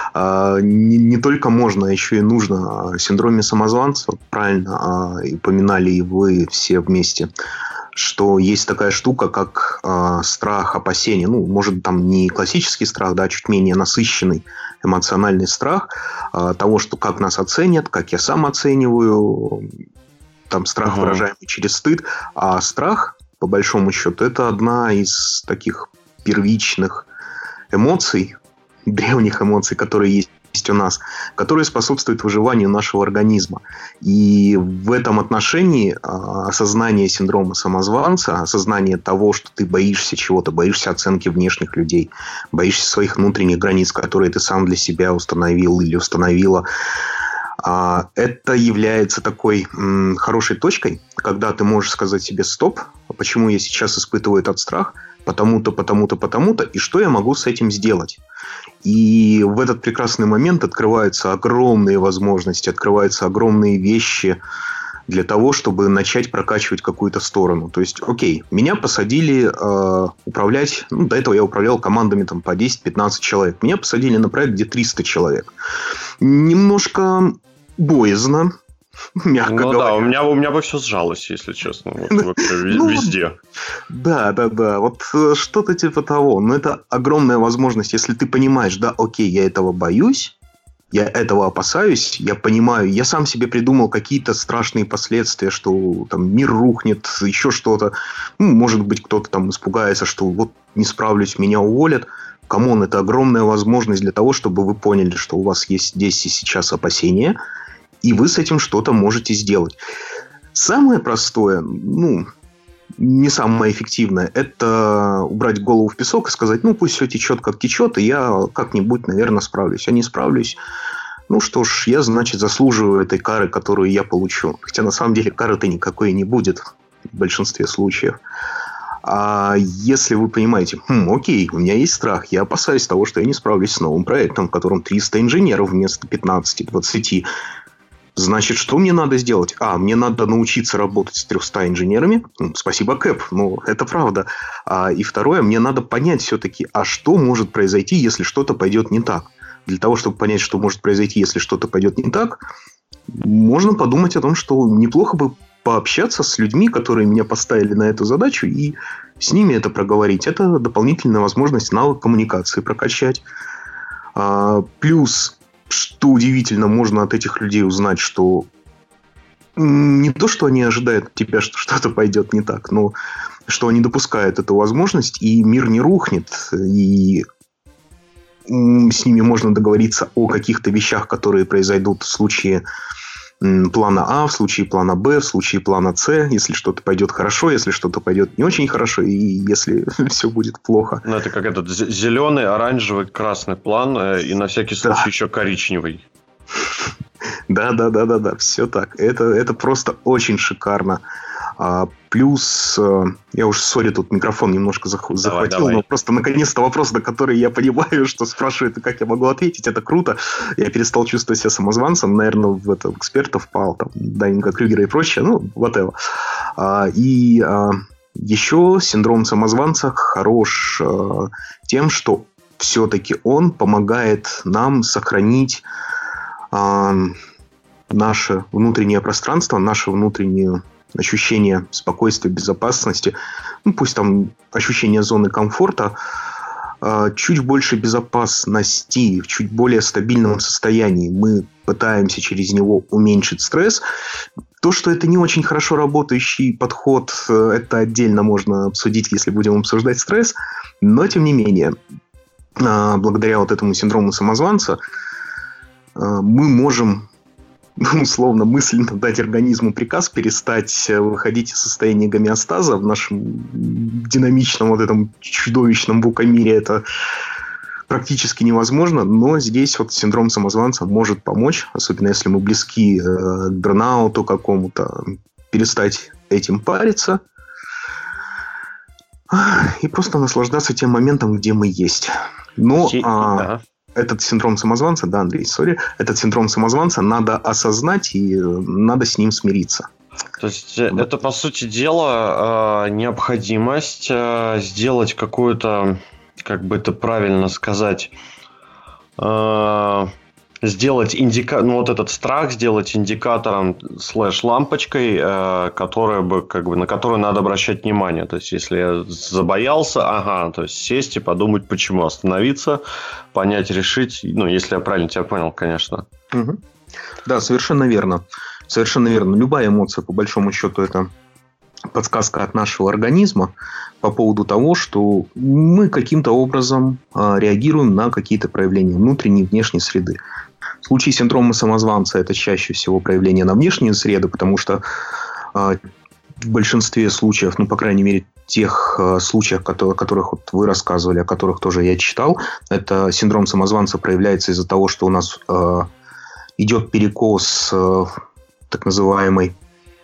Не только можно, а еще и нужно. О синдроме самозванца, правильно упоминали и вы все вместе, что есть такая штука, как страх, опасение. Ну, может, там не классический страх, да, чуть менее насыщенный эмоциональный страх того, что как нас оценят, как я сам оцениваю, там страх, выражаемый через стыд. А страх, по большому счету, это одна из таких первичных эмоций, древних эмоций, которые есть у нас, которые способствуют выживанию нашего организма. И в этом отношении осознание синдрома самозванца, осознание того, что ты боишься чего-то, боишься оценки внешних людей, боишься своих внутренних границ, которые ты сам для себя установил или установила, это является такой хорошей точкой, когда ты можешь сказать себе: стоп, почему я сейчас испытываю этот страх, потому-то, и что я могу с этим сделать. И в этот прекрасный момент открываются огромные возможности, открываются огромные вещи для того, чтобы начать прокачивать какую-то сторону. То есть, окей, меня посадили управлять, ну, до этого я управлял командами там, по 10-15 человек. Меня посадили на проект, где 300 человек. Немножко боязно, мягко говоря. Да, у меня бы все сжалось, если честно. Вот, везде. Да. Вот что-то типа того. Но это огромная возможность, если ты понимаешь, да, окей, я этого боюсь, я этого опасаюсь, я понимаю, я сам себе придумал какие-то страшные последствия, что там мир рухнет, еще что-то. Ну, может быть, кто-то там испугается, что вот не справлюсь, меня уволят. Камон, это огромная возможность для того, чтобы вы поняли, что у вас есть здесь и сейчас опасения, и вы с этим что-то можете сделать. Самое простое, ну, не самое эффективное, это убрать голову в песок и сказать: ну, пусть все течет, как течет, и я как-нибудь, наверное, справлюсь. А не справлюсь, ну что ж, я, значит, заслуживаю этой кары, которую я получу. Хотя, на самом деле, кары-то никакой не будет в большинстве случаев. А если вы понимаете: окей, у меня есть страх, я опасаюсь того, что я не справлюсь с новым проектом, в котором 300 инженеров вместо 15-20, значит, что мне надо сделать? Мне надо научиться работать с 300 инженерами. Спасибо, Кэп, но это правда. И второе, мне надо понять все-таки, что может произойти, если что-то пойдет не так. Для того, чтобы понять, что может произойти, если что-то пойдет не так, можно подумать о том, что неплохо бы пообщаться с людьми, которые меня поставили на эту задачу, и с ними это проговорить. Это дополнительная возможность навык коммуникации прокачать. Плюс, что удивительно, можно от этих людей узнать, что не то, что они ожидают от тебя, что что-то пойдет не так, но что они допускают эту возможность, и мир не рухнет, и с ними можно договориться о каких-то вещах, которые произойдут в случае плана А, в случае плана Б, в случае плана С, если что-то пойдет хорошо, если что-то пойдет не очень хорошо, и если все будет плохо. Ну, это как этот зеленый, оранжевый, красный план, и на всякий случай еще коричневый. Да, все так. Это просто очень шикарно. Плюс, я уж, сори, тут микрофон немножко захватил, давай. Но просто наконец-то вопрос, на который я понимаю, что спрашивают, и как я могу ответить, это круто. Я перестал чувствовать себя самозванцем, наверное, в это экспертов пал, там, Данинга Крюгера и прочее, ну, whatever. И еще синдром самозванца хорош тем, что все-таки он помогает нам сохранить наше внутреннее пространство, наше внутреннее ощущение спокойствия, безопасности, ну, пусть там ощущение зоны комфорта, чуть больше безопасности, в чуть более стабильном состоянии. Мы пытаемся через него уменьшить стресс. То, что это не очень хорошо работающий подход, это отдельно можно обсудить, если будем обсуждать стресс, но тем не менее, благодаря вот этому синдрому самозванца мы можем условно мысленно дать организму приказ перестать выходить из состояния гомеостаза. В нашем динамичном вот этом чудовищном букомире это практически невозможно, но здесь вот синдром самозванца может помочь, особенно если мы близки к бернауту какому-то, перестать этим париться и просто наслаждаться тем моментом, где мы есть. Но этот синдром самозванца, да, Андрей, сори, этот синдром самозванца надо осознать и надо с ним смириться. То есть это, по сути дела, необходимость сделать какую-то, как бы это правильно сказать, сделать вот этот страх сделать индикатором /лампочкой, которая бы, как бы, на которую надо обращать внимание. То есть, если я забоялся, то есть сесть и подумать, почему, остановиться, понять, решить. Ну, если я правильно тебя понял, конечно. Угу. Да, совершенно верно. Совершенно верно. Любая эмоция, по большому счету, это подсказка от нашего организма по поводу того, что мы каким-то образом реагируем на какие-то проявления внутренней и внешней среды. В случае синдрома самозванца это чаще всего проявление на внешнюю среду, потому что в большинстве случаев, ну, по крайней мере, тех случаях, о которых вот вы рассказывали, о которых тоже я читал, это синдром самозванца проявляется из-за того, что у нас идет перекос так называемой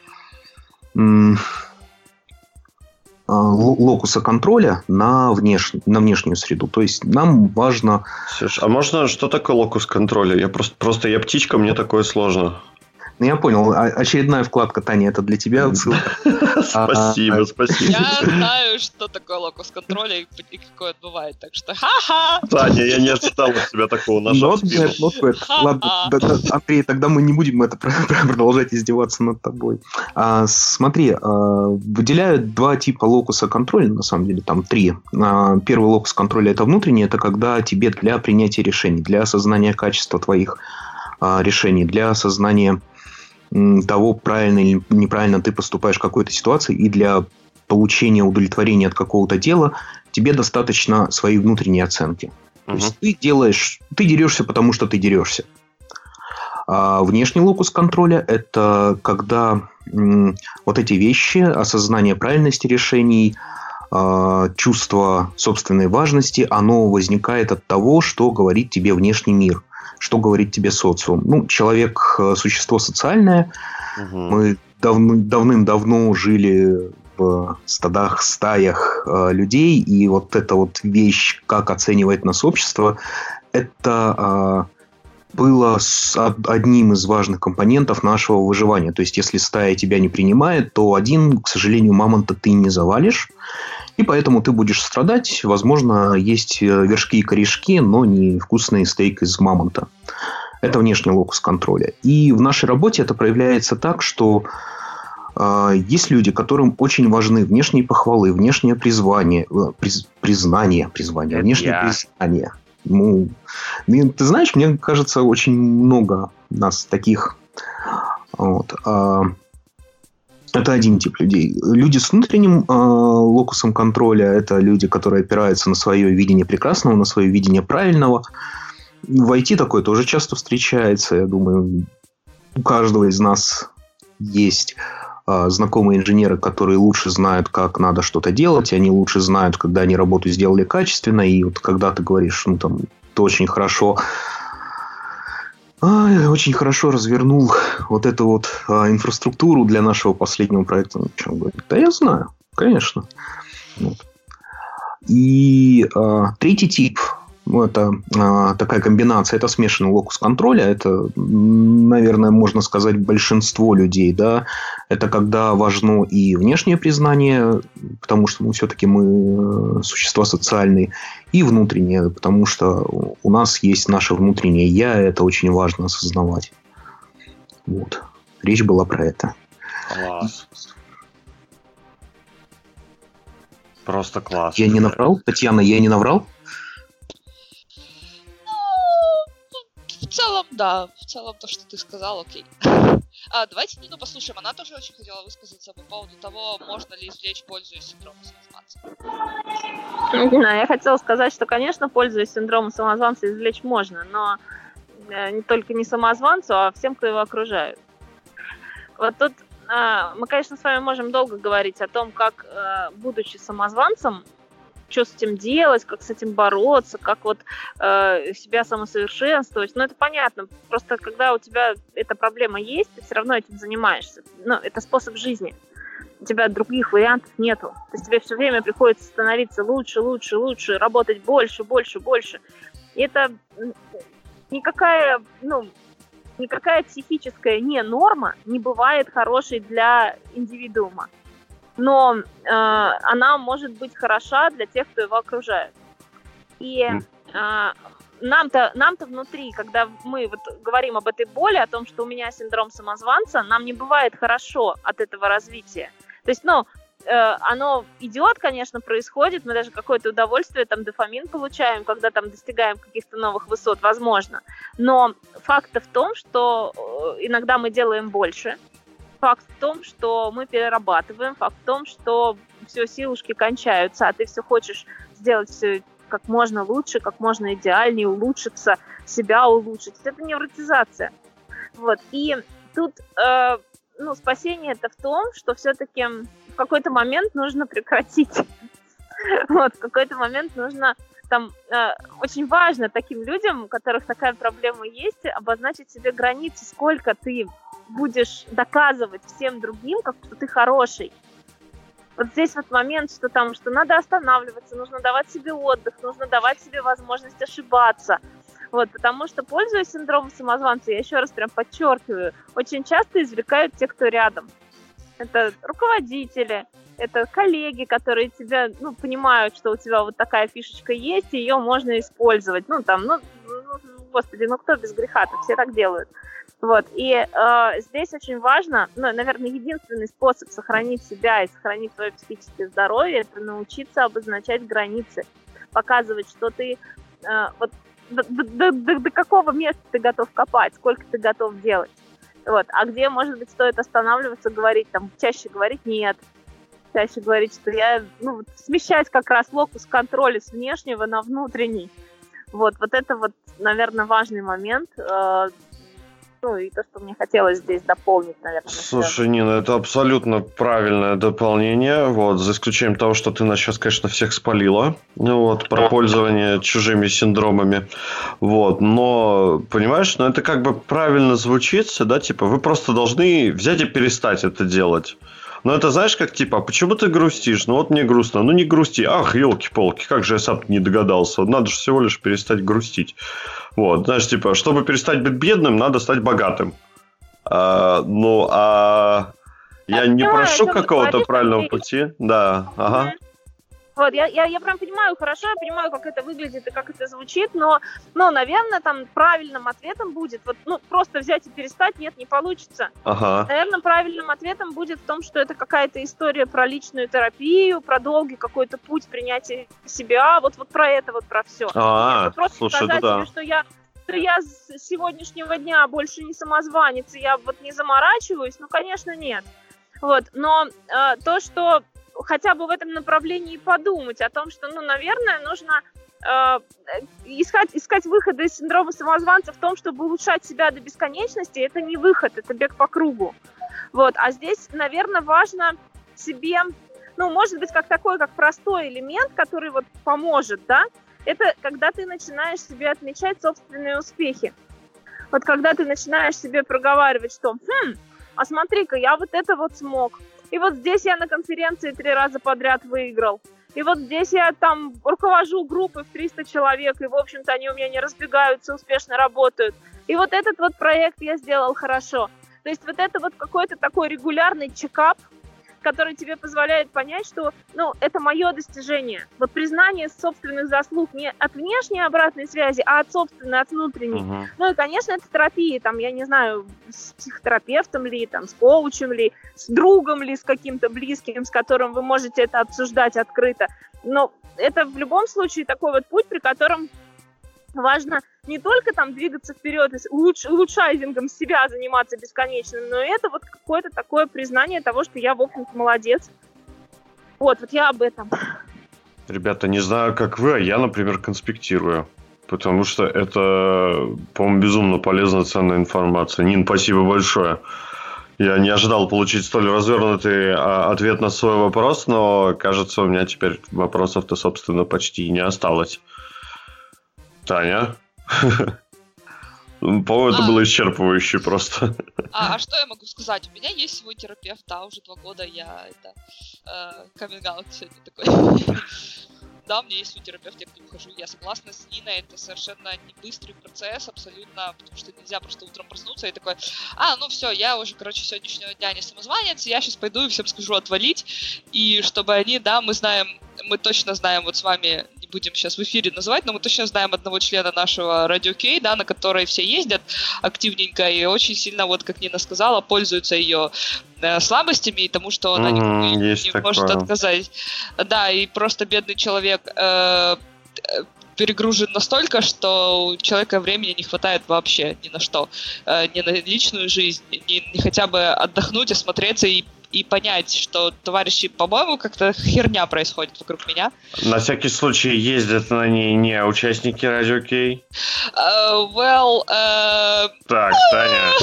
локуса контроля на внешнюю среду. То есть нам важно... Слушай, а можно, что такое локус контроля? Я просто я птичка, мне такое сложно. Ну, я понял. Очередная вкладка, Таня, это для тебя отсылка. Спасибо. Я знаю, что такое локус контроля и какое это бывает, так что ха-ха! Таня, я не ожидал от тебя такого ножа в спину. Ладно, Андрей, тогда мы не будем это продолжать издеваться над тобой. Смотри, выделяют два типа локуса контроля, на самом деле там три. Первый локус контроля – это внутренний, это когда тебе для принятия решений, для осознания качества твоих решений, для осознания того, правильно или неправильно ты поступаешь в какой-то ситуации, и для получения удовлетворения от какого-то дела тебе достаточно своей внутренней оценки. То есть ты дерешься, потому что ты дерешься. А внешний локус контроля – это когда вот эти вещи, осознание правильности решений, чувство собственной важности, оно возникает от того, что говорит тебе внешний мир, что говорит тебе социум. Ну, человек – существо социальное. Мы давным-давно жили в стаях людей, и вот эта вот вещь, как оценивает нас общество, это было одним из важных компонентов нашего выживания. То есть, если стая тебя не принимает, то к сожалению, мамонта ты не завалишь. И поэтому ты будешь страдать. Возможно, есть вершки и корешки, но не вкусный стейк из мамонта. Это внешний локус контроля. И в нашей работе это проявляется так, что есть люди, которым очень важны внешние похвалы, внешнее признание, внешнее признание. Ну, ты знаешь, мне кажется, очень много нас таких. Вот. Это один тип людей. Люди с внутренним локусом контроля – это люди, которые опираются на свое видение прекрасного, на свое видение правильного. В IT такое тоже часто встречается. Я думаю, у каждого из нас есть знакомые инженеры, которые лучше знают, как надо что-то делать, они лучше знают, когда они работу сделали качественно, и вот когда ты говоришь, ну, там, ты очень хорошо развернул вот эту вот инфраструктуру для нашего последнего проекта. Он говорит, да, я знаю, конечно. Вот. И третий тип, это такая комбинация, это смешанный локус контроля, это, наверное, можно сказать, большинство людей, да, это когда важно и внешнее признание, потому что все-таки мы существа социальные, и внутреннее, потому что у нас есть наше внутреннее «я», это очень важно осознавать. Вот. Речь была про это. Класс. Просто класс. Я не наврал? Татьяна, я не наврал? В целом, да. В целом, то, что ты сказал, окей. Давайте Нину послушаем. Она тоже очень хотела высказаться по поводу того, можно ли извлечь пользу из синдрома самозванца. Я хотела сказать, что, конечно, пользу из синдрома самозванца извлечь можно, но не только не самозванцу, а всем, кто его окружает. Вот тут мы, конечно, с вами можем долго говорить о том, как, будучи самозванцем, что с этим делать, как с этим бороться, как вот себя самосовершенствовать. Ну, это понятно. Просто когда у тебя эта проблема есть, ты все равно этим занимаешься. Ну, это способ жизни. У тебя других вариантов нету. То есть тебе все время приходится становиться лучше, лучше, лучше, работать больше, больше, больше. И это никакая психическая норма не бывает хорошей для индивидуума. Но она может быть хороша для тех, кто его окружает. И нам-то внутри, когда мы вот говорим об этой боли, о том, что у меня синдром самозванца, нам не бывает хорошо от этого развития. То есть, оно идет, конечно, происходит, мы даже какое-то удовольствие, там, дофамин получаем, когда там достигаем каких-то новых высот, возможно. Но факт в том, что иногда мы делаем больше. Факт в том, что мы перерабатываем, факт в том, что все, силушки кончаются, а ты все хочешь сделать все как можно лучше, как можно идеальнее, улучшиться, себя улучшить. Это невротизация. Вот. И тут спасение это в том, что все-таки в какой-то момент нужно прекратить. Вот, в какой-то момент нужно очень важно таким людям, у которых такая проблема есть, обозначить себе границы, сколько ты будешь доказывать всем другим, что ты хороший. Вот здесь вот момент, что надо останавливаться, нужно давать себе отдых, нужно давать себе возможность ошибаться. Вот, потому что, пользуясь синдромом самозванца, я еще раз прям подчеркиваю, очень часто извлекают те, кто рядом. Это руководители, это коллеги, которые тебя, понимают, что у тебя вот такая фишечка есть, и ее можно использовать. Господи, кто без греха-то, все так делают. Вот, и здесь очень важно, наверное, единственный способ сохранить себя и сохранить свое психическое здоровье, это научиться обозначать границы, показывать, что ты до какого места ты готов копать, сколько ты готов делать. Вот, а где, может быть, стоит останавливаться, говорить, чаще говорить нет, чаще говорить, что я, смещать как раз локус контроля с внешнего на внутренний. Вот это вот, наверное, важный момент. И то, что мне хотелось здесь дополнить, наверное. Слушай, Нина, это абсолютно правильное дополнение, за исключением того, что ты нас сейчас, конечно, всех спалила, про пользование чужими синдромами, но, понимаешь, это как бы правильно звучит, да, вы просто должны взять и перестать это делать. Но это знаешь, как почему ты грустишь? Мне грустно. Не грусти. Ах, елки-полки, как же я сам не догадался. Надо же всего лишь перестать грустить. Знаешь, чтобы перестать быть бедным, надо стать богатым. Я не прошу какого-то правильного пути. Да, ага. Вот, я прям понимаю хорошо, я понимаю, как это выглядит и как это звучит, но, наверное, там правильным ответом будет, просто взять и перестать, нет, не получится. Ага. Наверное, правильным ответом будет в том, что это какая-то история про личную терапию, про долгий какой-то путь принятия себя, вот про это, про все. Просто слушай, сказать да. себе, что я с сегодняшнего дня больше не самозванец, и я не заморачиваюсь, конечно, нет. Но то, что хотя бы в этом направлении подумать о том, что, наверное, нужно искать выходы из синдрома самозванца в том, чтобы улучшать себя до бесконечности, это не выход, это бег по кругу. А здесь, наверное, важно себе, может быть, как простой элемент, который поможет, да, это когда ты начинаешь себе отмечать собственные успехи. Когда ты начинаешь себе проговаривать, что а смотри-ка, я это смог. И здесь я на конференции 3 раза подряд выиграл. И здесь я там руковожу группой в 300 человек, и, в общем-то, они у меня не разбегаются, успешно работают. И этот проект я сделал хорошо. То есть это какой-то такой регулярный чекап, который тебе позволяет понять, что, это мое достижение. Признание собственных заслуг не от внешней обратной связи, а от собственной, от внутренней. И, конечно, это терапия, я не знаю, с психотерапевтом ли, с коучем ли, с другом ли, с каким-то близким, с которым вы можете это обсуждать открыто. Но это в любом случае такой путь, при котором важно не только двигаться вперед, улучшайзингом себя заниматься бесконечным, но это какое-то такое признание того, что я, в общем-то, молодец. Я об этом. Ребята, не знаю, как вы, а я, например, конспектирую. Потому что это, по-моему, безумно полезная, ценная информация. Нин, спасибо большое. Я не ожидал получить столь развернутый ответ на свой вопрос, но, кажется, у меня теперь вопросов-то, собственно, почти и не осталось. Таня? По-моему, это было исчерпывающе просто. А что я могу сказать? У меня есть свой терапевт, да, уже 2 года я каминг-аут сегодня такой. Да, у меня есть свой терапевт, я к нему хожу, я согласна с Ниной, это совершенно не быстрый процесс, абсолютно, потому что нельзя просто утром проснуться и такой, все, я уже, сегодняшнего дня не самозванец, я сейчас пойду и всем скажу отвалить, и чтобы они, да, мы точно знаем, с вами, не будем сейчас в эфире называть, но мы точно знаем одного члена нашего Radio K, да, на который все ездят активненько и очень сильно, как Нина сказала, пользуются ее слабостями и тому, что она никому не может отказать. Да, и просто бедный человек перегружен настолько, что у человека времени не хватает вообще ни на что. Ни на личную жизнь, ни хотя бы отдохнуть, осмотреться и понять, что, товарищи, по-моему, как-то херня происходит вокруг меня. На всякий случай ездят на ней не участники Radio K? Так, Таня.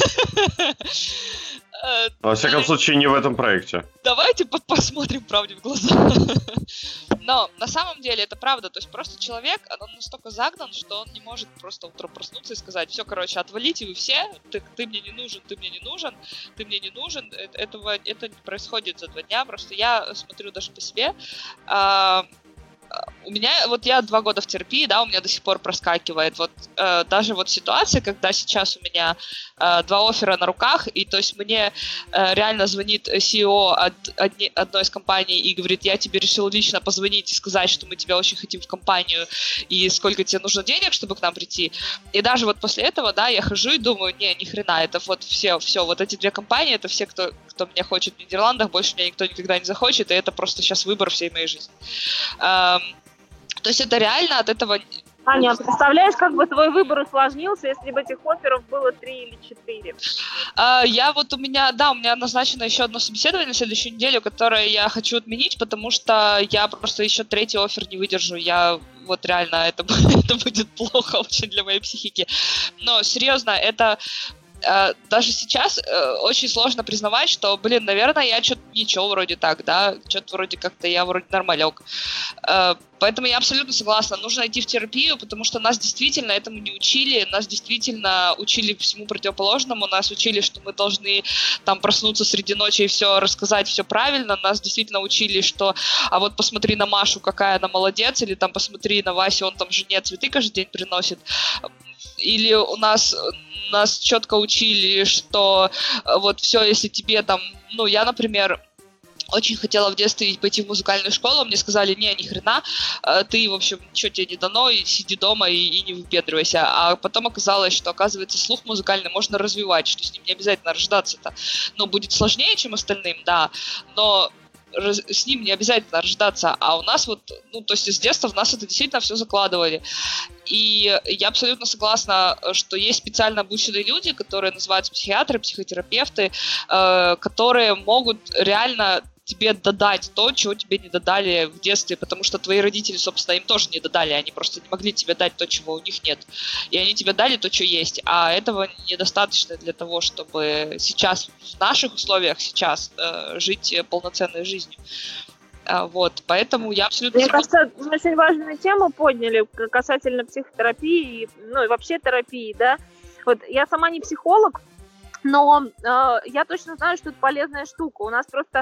Во всяком случае, не в этом проекте. Давайте посмотрим правде в глаза. Но на самом деле это правда. То есть просто человек, он настолько загнан, что он не может просто утром проснуться и сказать: все, отвалите вы все, ты мне не нужен, ты мне не нужен, ты мне не нужен. Это не происходит за 2 дня. Просто я смотрю даже по себе. У меня, я 2 года в терапии, да, у меня до сих пор проскакивает. Даже ситуация, когда сейчас у меня 2 оффера на руках, и то есть мне реально звонит CEO одной из компаний и говорит: я тебе решил лично позвонить и сказать, что мы тебя очень хотим в компанию, и сколько тебе нужно денег, чтобы к нам прийти. И даже после этого, да, я хожу и думаю: ни хрена, это все, эти 2 компании, это все, кто меня хочет в Нидерландах, больше меня никто никогда не захочет, и это просто сейчас выбор всей моей жизни. То есть это реально от этого... Аня, представляешь, как бы твой выбор усложнился, если бы этих офферов было 3 или 4? У меня назначено еще одно собеседование на следующую неделю, которое я хочу отменить, потому что я просто еще 3-й оффер не выдержу. Реально, это будет плохо очень для моей психики. Но серьезно, это... Даже сейчас очень сложно признавать, что, наверное, я что-то ничего вроде так, да, что-то вроде как-то я вроде нормалек. Поэтому я абсолютно согласна, нужно идти в терапию, потому что нас действительно этому не учили, нас действительно учили всему противоположному, нас учили, что мы должны там проснуться среди ночи и все рассказать, все правильно, нас действительно учили, что посмотри на Машу, какая она молодец, или там посмотри на Васю, он там жене цветы каждый день приносит. Или нас четко учили, что все, если тебе там, я, например, очень хотела в детстве пойти в музыкальную школу, мне сказали, ни хрена, ты, в общем, ничего тебе не дано, и сиди дома и не выпендривайся. А потом оказалось, что, оказывается, слух музыкальный можно развивать, что с ним не обязательно рождаться-то. Ну, будет сложнее, чем остальным, да, но с ним не обязательно рождаться, а у нас вот, ну, то есть с детства в нас это действительно все закладывали. И я абсолютно согласна, что есть специально обученные люди, которые называются психиатры, психотерапевты, которые могут реально тебе додать то, чего тебе не додали в детстве, потому что твои родители, собственно, им тоже не додали, они просто не могли тебе дать то, чего у них нет. И они тебе дали то, что есть, а этого недостаточно для того, чтобы сейчас, в наших условиях сейчас, жить полноценной жизнью. Вот, поэтому я абсолютно... Мне кажется, мы очень важную тему подняли касательно психотерапии, ну и вообще терапии, да. Вот я сама не психолог, но я точно знаю, что это полезная штука. У нас просто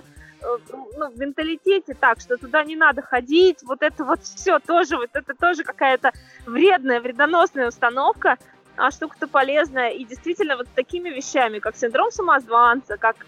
в менталитете так, что туда не надо ходить, вот это вот все тоже, вот это тоже какая-то вредоносная установка, а штука-то полезная. И действительно вот с такими вещами, как синдром самозванца, как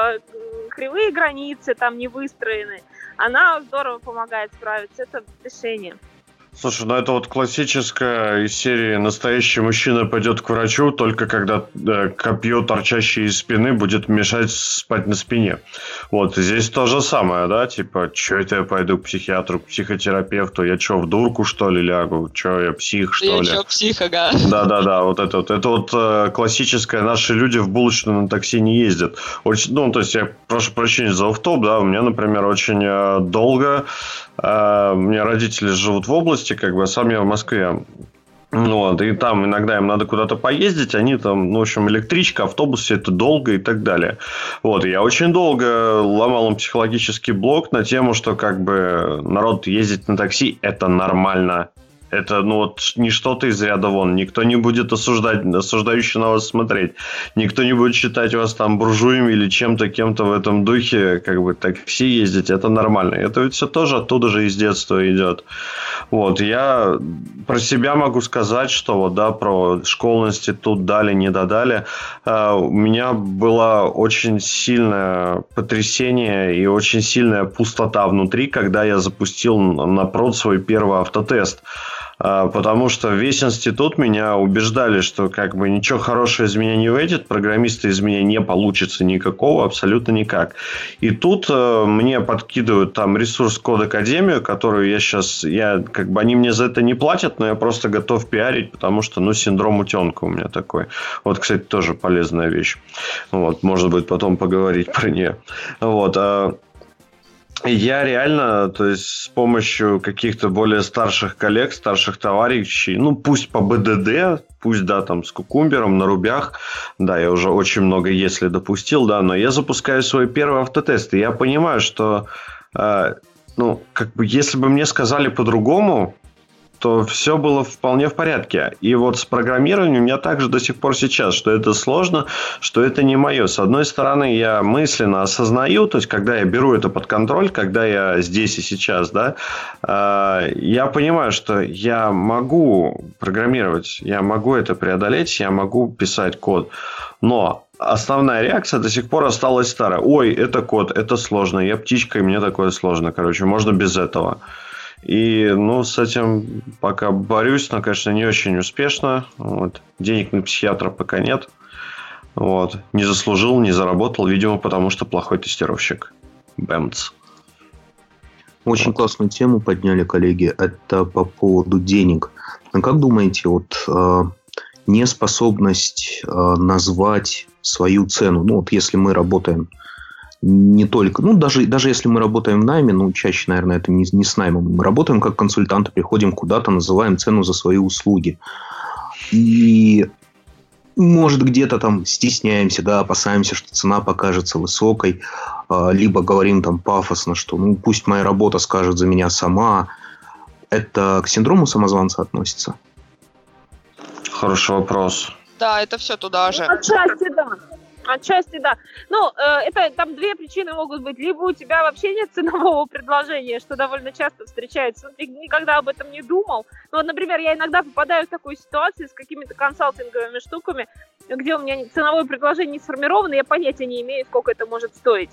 кривые границы там не выстроены, она здорово помогает справиться, это решение. Слушай, ну это вот классическая из серии «Настоящий мужчина пойдет к врачу, только когда копье, торчащее из спины, будет мешать спать на спине». Вот, здесь то же самое, да, типа, что это я пойду к психиатру, к психотерапевту, я что, в дурку, что ли, лягу, что я псих, что ли? Я что, псих, ага. Да, вот это вот классическое, наши люди в булочную на такси не ездят. Очень, ну, то есть, я прошу прощения за офф-топ, да, у меня, например, очень долго... У меня родители живут в области, как бы, а сам я в Москве. Вот, и там иногда им надо куда-то поездить, они там, ну, в общем, электричка, автобус, все это долго и так далее. Вот, и я очень долго ломал им психологический блок на тему, что, как бы, народ ездить на такси – это нормально. Это, ну, вот не что-то из ряда вон. Никто не будет осуждающе на вас смотреть. Никто не будет считать вас там буржуями или чем-то, кем-то в этом духе. Как бы такси ездить, это нормально. Это ведь все тоже оттуда же из детства идет. Вот, я про себя могу сказать, что вот, да, про школьный институт дали, не додали. У меня было очень сильное потрясение и очень сильная пустота внутри, когда я запустил на прод свой первый автотест. Потому что весь институт меня убеждали, что как бы ничего хорошего из меня не выйдет, программиста из меня не получится никакого, абсолютно никак. И тут мне подкидывают там ресурс Кодакадемию, которую как бы они мне за это не платят, но я просто готов пиарить, потому что, ну, синдром утенка у меня такой. Вот, кстати, тоже полезная вещь. Вот, может быть, потом поговорить про нее. Вот, я реально, то есть, с помощью каких-то более старших коллег, старших товарищей, ну, пусть по БДД, пусть, да, там, с кукумбером, на рубях, да, я уже очень много «если» допустил, да, но я запускаю свой первый автотест, и я понимаю, что, ну, как бы, если бы мне сказали по-другому, то все было вполне в порядке. И вот с программированием у меня также до сих пор сейчас, что это сложно, что это не мое. С одной стороны, я мысленно осознаю, то есть, когда я беру это под контроль, когда я здесь и сейчас, да, я понимаю, что я могу программировать, я могу это преодолеть, я могу писать код, но основная реакция до сих пор осталась старая. Ой, это код, это сложно, я птичка, и мне такое сложно, короче, можно без этого. И, ну, с этим пока борюсь, но, конечно, не очень успешно. Вот. Денег на психиатра пока нет. Вот. Не заслужил, не заработал, видимо, потому что плохой тестировщик. Бэмц. Очень классную тему подняли, коллеги. Это по поводу денег. А как думаете, вот неспособность назвать свою цену? Ну, вот если мы работаем не только, ну, даже если мы работаем в найме, ну, чаще, наверное, это не с наймом. Мы работаем как консультанты, приходим куда-то, называем цену за свои услуги. И, может, где-то там стесняемся, да, опасаемся, что цена покажется высокой, либо говорим там пафосно, что, ну, пусть моя работа скажет за меня сама. Это к синдрому самозванца относится? Хороший вопрос. Да, это все туда же. Отчасти, да. Ну, это там две причины могут быть. Либо у тебя вообще нет ценового предложения, что довольно часто встречается. Ты никогда об этом не думал. Ну, вот, например, я иногда попадаю в такую ситуацию с какими-то консалтинговыми штуками, где у меня ценовое предложение не сформировано, я понятия не имею, сколько это может стоить.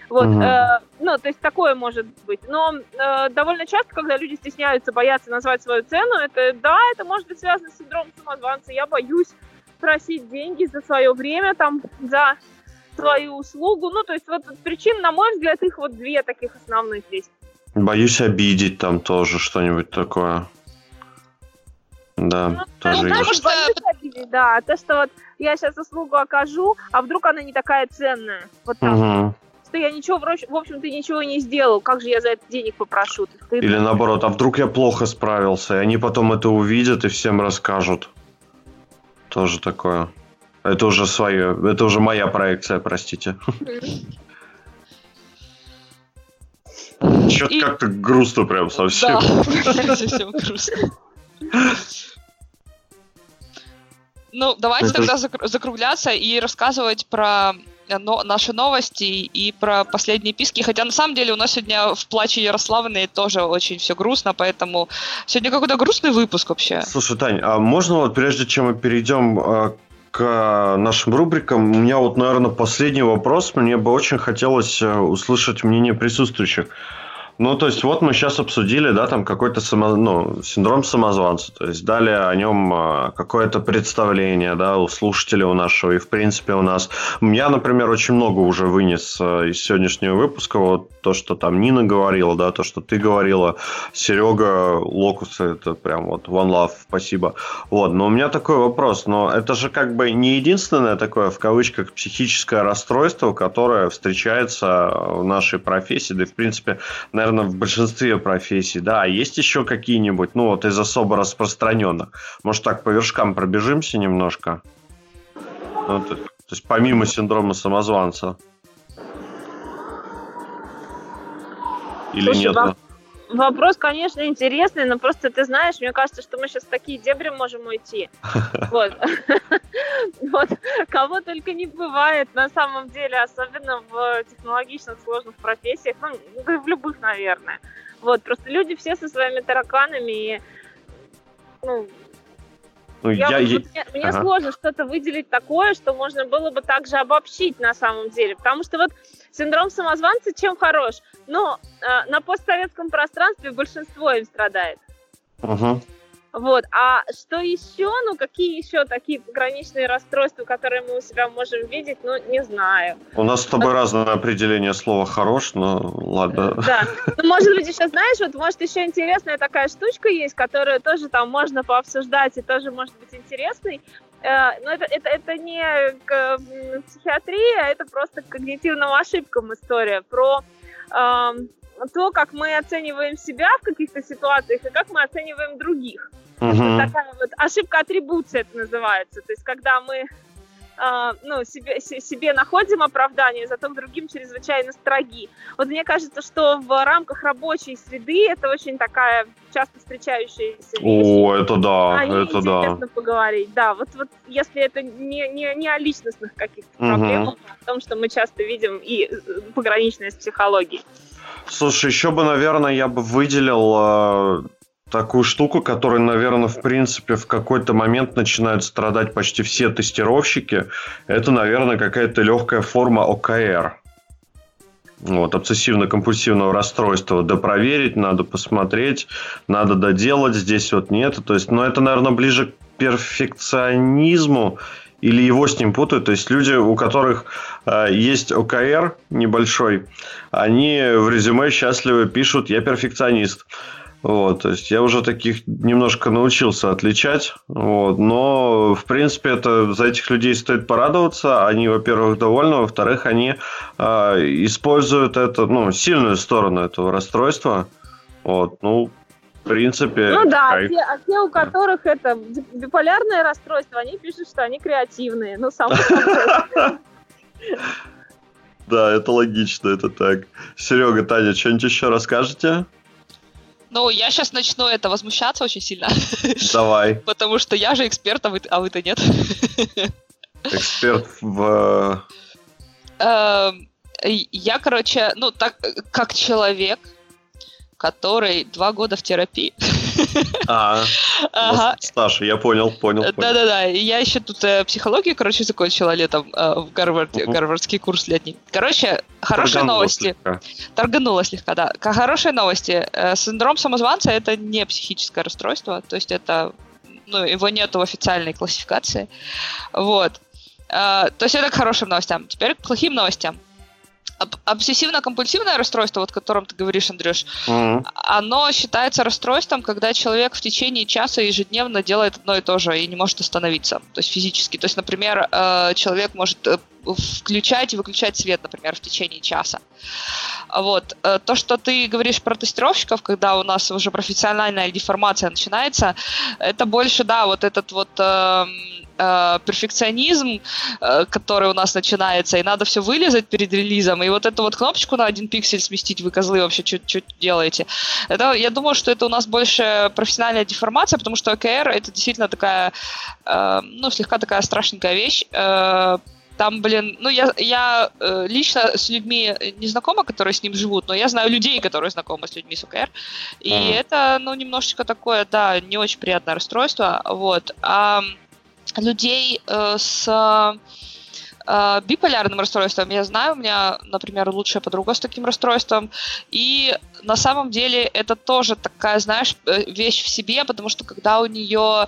Вот, ну, то есть такое может быть. Но довольно часто, когда люди стесняются, боятся назвать свою цену, это может быть связано с синдромом самозванца. Я боюсь просить деньги за свое время, там, за свою услугу. Ну, то есть вот причин, на мой взгляд, их вот две таких основных здесь. Боюсь обидеть там тоже что-нибудь такое. Да, ну, тоже да, есть. боюсь обидеть, да. То, что вот я сейчас услугу окажу, а вдруг она не такая ценная. Вот так. Что я ничего, в общем-то, ничего не сделал. Как же я за это денег попрошу? Или наоборот, а вдруг я плохо справился, и они потом это увидят и всем расскажут. Тоже такое. Это уже свое, это уже моя проекция, простите. Что-то как-то грустно прям совсем. Да, совсем грустно. Ну, давайте тогда закругляться и рассказывать про наши новости и про последние писки. Хотя на самом деле у нас сегодня в плаче Ярославны тоже очень все грустно, поэтому сегодня какой-то грустный выпуск вообще. Слушай, Тань, а можно вот прежде чем мы перейдем к нашим рубрикам, у меня вот, наверное, последний вопрос. Мне бы очень хотелось услышать мнение присутствующих. Ну, то есть, вот мы сейчас обсудили, да, там какой-то синдром самозванца, то есть дали о нем какое-то представление, да, у слушателя у нашего и, в принципе, у нас. Я, например, очень много уже вынес из сегодняшнего выпуска, вот то, что там Нина говорила, да, то, что ты говорила, Серега, Локус, это прям вот one love, спасибо. Вот, но у меня такой вопрос, но это же как бы не единственное такое, в кавычках, психическое расстройство, которое встречается в нашей профессии, да и, в принципе, наверное, в большинстве профессий, да, а есть еще какие-нибудь, ну, вот из особо распространенных? Может, так по вершкам пробежимся немножко? Ну, то есть, помимо синдрома самозванца. Или слушай, нет? Вопрос, конечно, интересный, но просто, ты знаешь, мне кажется, что мы сейчас в такие дебри можем уйти. Вот. Вот. Кого только не бывает, на самом деле, особенно в технологичных сложных профессиях, ну, в любых, наверное. Вот. Просто люди все со своими тараканами, и, ну, мне сложно что-то выделить такое, что можно было бы также обобщить на самом деле. Потому что вот синдром самозванца чем хорош? Ну, на постсоветском пространстве большинство им страдает. Вот. А что еще? Ну, какие еще такие пограничные расстройства, которые мы у себя можем видеть? Ну, не знаю. У нас с тобой разное определение слова «хорош», но ладно. Да. Ну, может быть, еще, знаешь, вот, может, еще интересная такая штучка есть, которую тоже там можно пообсуждать и тоже может быть интересной. Но это не психиатрия, это просто к когнитивным ошибкам история про то, как мы оцениваем себя в каких-то ситуациях и как мы оцениваем других. Вот такая вот ошибка атрибуции это называется. То есть, когда мы себе находим оправдание, зато к другим чрезвычайно строги. Вот мне кажется, что в рамках рабочей среды это очень такая часто встречающаяся вещь. О, это да, это интересно да. Поговорить. Да, вот если это не о личностных каких-то проблемах, а о том, что мы часто видим и пограничное с психологией. Слушай, еще бы, наверное, я бы выделил такую штуку, которой, наверное, в принципе, в какой-то момент начинают страдать почти все тестировщики. Это, наверное, какая-то легкая форма ОКР. Вот, обсессивно-компульсивного расстройства. Допроверить, надо посмотреть, надо доделать, здесь вот нет. То есть, это, наверное, ближе к перфекционизму, или его с ним путают. То есть, люди, у которых есть ОКР небольшой, они в резюме счастливо пишут «я перфекционист». Вот, то есть я уже таких немножко научился отличать, вот, но в принципе за этих людей стоит порадоваться. Они, во-первых, довольны, во-вторых, они используют сильную сторону этого расстройства. Вот, в принципе. Ну да, те, у которых это биполярное расстройство, они пишут, что они креативные. Само собой. Да, это логично, это так. Серега, Таня, что-нибудь еще расскажете? Ну, я сейчас начну возмущаться очень сильно. Давай. Потому что я же эксперт, а вы-то нет. Эксперт в... Я, так как человек, который 2 года в терапии, Ага. Стаж, я понял. Да-да-да, я еще тут психологию, закончила летом в гарвардский курс летний. Хорошие новости. Торганула слегка, да. Хорошие новости. Синдром самозванца – это не психическое расстройство, то есть это, его нету в официальной классификации. Вот. То есть это к хорошим новостям. Теперь к плохим новостям. Обсессивно-компульсивное расстройство, о котором ты говоришь, Андрюш, оно считается расстройством, когда человек в течение часа ежедневно делает одно и то же и не может остановиться, то есть физически. То есть, например, человек может включать и выключать свет, например, в течение часа. Вот. То, что ты говоришь про тестировщиков, когда у нас уже профессиональная деформация начинается, это больше, да, вот этот вот перфекционизм, который у нас начинается, и надо все вылезать перед релизом, и вот эту вот кнопочку на 1 пиксель сместить, вы, козлы, вообще что делаете? Это, я думаю, что это у нас больше профессиональная деформация, потому что ОКР это действительно такая, слегка такая страшненькая вещь. Там, я лично с людьми не знакома, которые с ним живут, но я знаю людей, которые знакомы с людьми с ОКР, и это, немножечко такое, да, не очень приятное расстройство, вот. А людей с биполярным расстройством я знаю, у меня, например, лучшая подруга с таким расстройством, и на самом деле это тоже такая, знаешь, вещь в себе, потому что когда у нее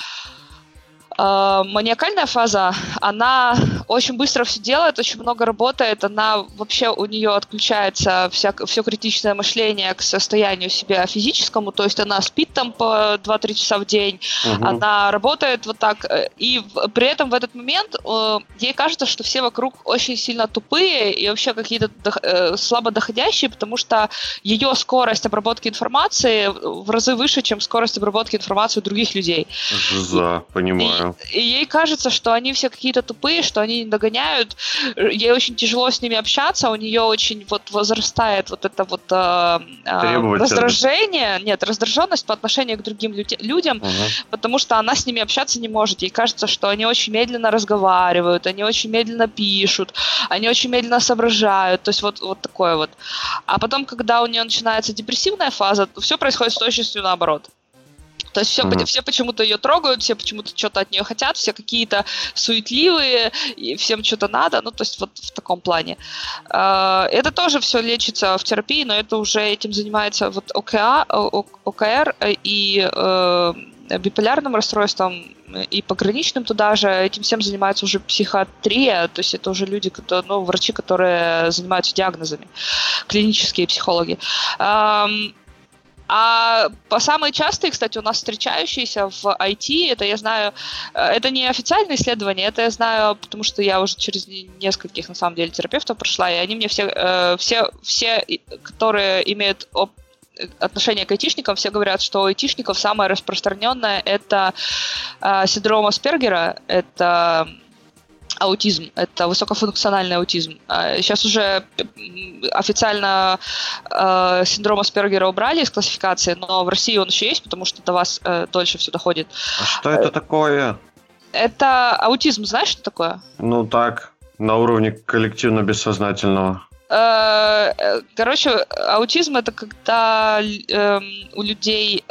маниакальная фаза, она очень быстро все делает, очень много работает, она вообще, у нее отключается все критичное мышление к состоянию себя физическому, то есть она спит там по 2-3 часа в день, она работает вот так, и при этом в этот момент ей кажется, что все вокруг очень сильно тупые и вообще какие-то слабо доходящие, потому что ее скорость обработки информации в разы выше, чем скорость обработки информации у других людей. Понимаю. И ей кажется, что они все какие-то тупые, что они не догоняют. Ей очень тяжело с ними общаться, у нее очень вот возрастает вот это вот раздражение, раздраженность по отношению к другим людям, потому что она с ними общаться не может. Ей кажется, что они очень медленно разговаривают, они очень медленно пишут, они очень медленно соображают, то есть вот такое вот. А потом, когда у нее начинается депрессивная фаза, все происходит с точностью наоборот. То есть все почему-то ее трогают, все почему-то что-то от нее хотят, все какие-то суетливые, и всем что-то надо, то есть вот в таком плане. Это тоже все лечится в терапии, но это уже этим занимается вот ОКР и биполярным расстройством, и пограничным туда же, этим всем занимается уже психиатрия, то есть это уже люди, врачи, которые занимаются диагнозами, клинические психологи. А по самые частые, кстати, у нас встречающиеся в IT, это я знаю, это не официальное исследование, это я знаю, потому что я уже через нескольких, на самом деле, терапевтов прошла, и они мне все, которые имеют отношение к айтишникам, все говорят, что у айтишников самое распространенное это синдром Аспергера, это аутизм, это высокофункциональный аутизм. Сейчас уже официально синдром Аспергера убрали из классификации, но в России он еще есть, потому что до вас дольше все доходит. А что это такое? Это аутизм, знаешь, что такое? Так, на уровне коллективно-бессознательного. Короче, аутизм это когда у людей...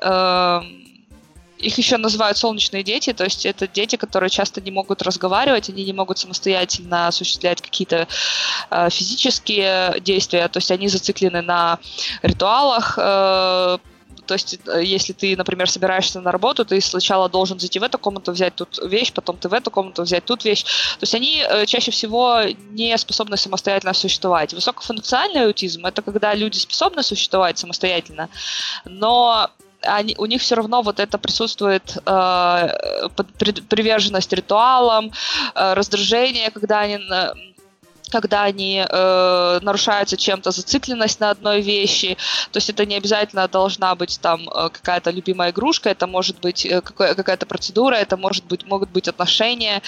Их еще называют солнечные дети, то есть это дети, которые часто не могут разговаривать, они не могут самостоятельно осуществлять какие-то физические действия, то есть они зациклены на ритуалах. То есть если ты, например, собираешься на работу, ты сначала должен зайти в эту комнату, взять тут вещь, потом ты в эту комнату, взять тут вещь. То есть они чаще всего не способны самостоятельно существовать. Высокофункциональный аутизм – это когда люди способны существовать самостоятельно, но у них все равно вот это присутствует приверженность ритуалам, раздражение, когда они нарушаются чем-то, зацикленность на одной вещи. То есть это не обязательно должна быть там какая-то любимая игрушка, это может быть какая-то процедура, это могут быть отношения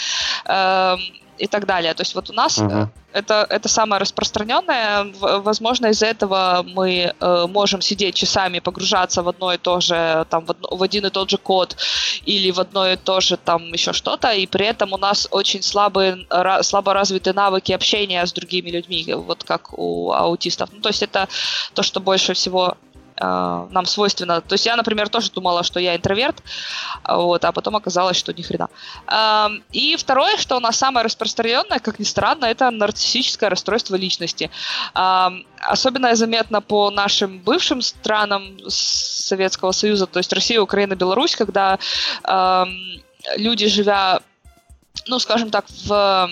и так далее. То есть вот у нас это самое распространенное. Возможно, из-за этого мы можем сидеть часами, погружаться в одно и то же, там, в один и тот же код или в одно и то же там еще что-то, и при этом у нас очень слабо развиты навыки общения с другими людьми, вот как у аутистов. То есть это то, что больше всего нам свойственно. То есть я, например, тоже думала, что я интроверт, вот, а потом оказалось, что ни хрена. И второе, что у нас самое распространенное, как ни странно, это нарциссическое расстройство личности. Особенно заметно по нашим бывшим странам Советского Союза, то есть Россия, Украина, Беларусь, когда люди, живя, ну, скажем так, в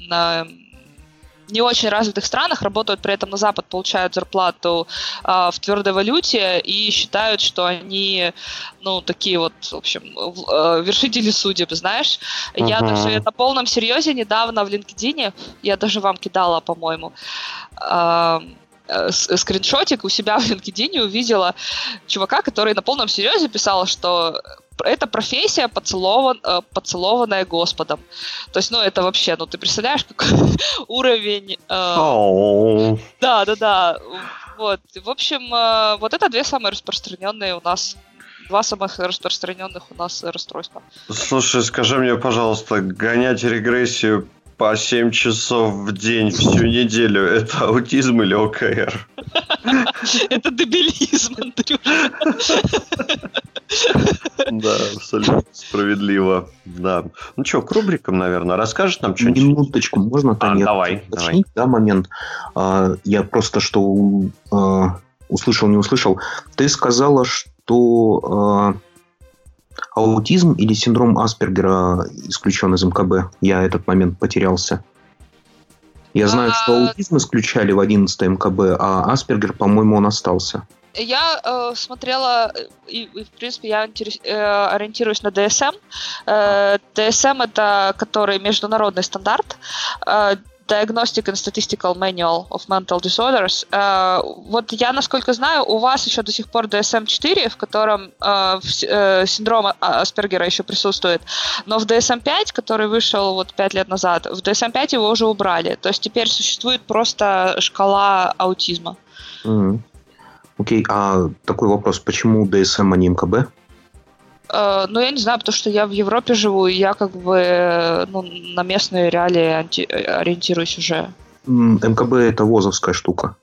не очень развитых странах, работают при этом на Запад, получают зарплату в твердой валюте и считают, что они, ну, такие вот, в общем, вершители судеб, знаешь. Я даже на полном серьезе недавно в LinkedIn, я даже вам кидала, по-моему, скриншотик у себя в LinkedIn, увидела чувака, который на полном серьезе писал, что это профессия, поцелованная Господом. То есть, ну, это вообще, ну, ты представляешь, какой уровень... Да. Вот. В общем, вот это два самых распространенных у нас расстройства. Слушай, скажи мне, пожалуйста, гонять регрессию по 7 часов в день всю неделю — это аутизм или ОКР? Это дебилизм, Андрюша. Да, абсолютно справедливо. Да. Ну что, к рубрикам, наверное, расскажешь нам что-нибудь? Минуточку, можно там давай. Да, момент. Я просто что услышал, не услышал. Ты сказала, что аутизм или синдром Аспергера исключен из МКБ. Я этот момент потерялся. Я знаю, что аутизм исключали в 11 МКБ, а Аспергер, по-моему, он остался. Я смотрела, и, в принципе, я ориентируюсь на DSM. DSM — это который международный стандарт. Diagnostic and Statistical Manual of Mental Disorders. Вот я, насколько знаю, у вас еще до сих пор DSM-4, в котором синдром Аспергера еще присутствует, но в DSM-5, который вышел вот 5 лет назад, в DSM-5 его уже убрали. То есть теперь существует просто шкала аутизма. Окей, а такой вопрос, почему DSM, а не МКБ? Ну, я не знаю, потому что я в Европе живу, и я как бы на местные реалии ориентируюсь уже. МКБ — это ВОЗовская штука.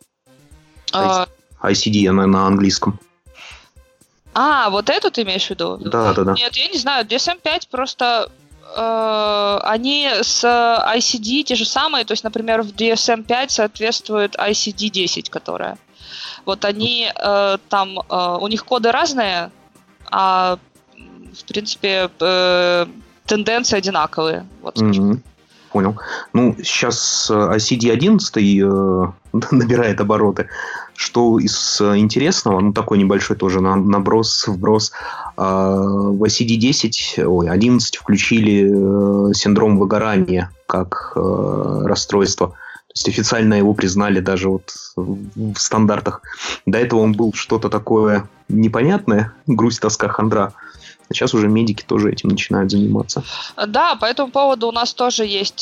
ICD, она на английском. Вот эту ты имеешь в виду? Да. Нет, я не знаю, DSM-5 просто... они с ICD те же самые, то есть, например, в DSM-5 соответствует ICD-10, которая. Вот они там, у них коды разные, а в принципе тенденции одинаковые. Вот, скажем. Понял. Ну, сейчас ICD-11 набирает обороты. Что из интересного, ну, такой небольшой тоже вброс. В ICD-10, 11 включили синдром выгорания как расстройство. То есть официально его признали даже вот в стандартах. До этого он был что-то такое непонятное, грусть, тоска, хандра. А сейчас уже медики тоже этим начинают заниматься. Да, по этому поводу у нас тоже есть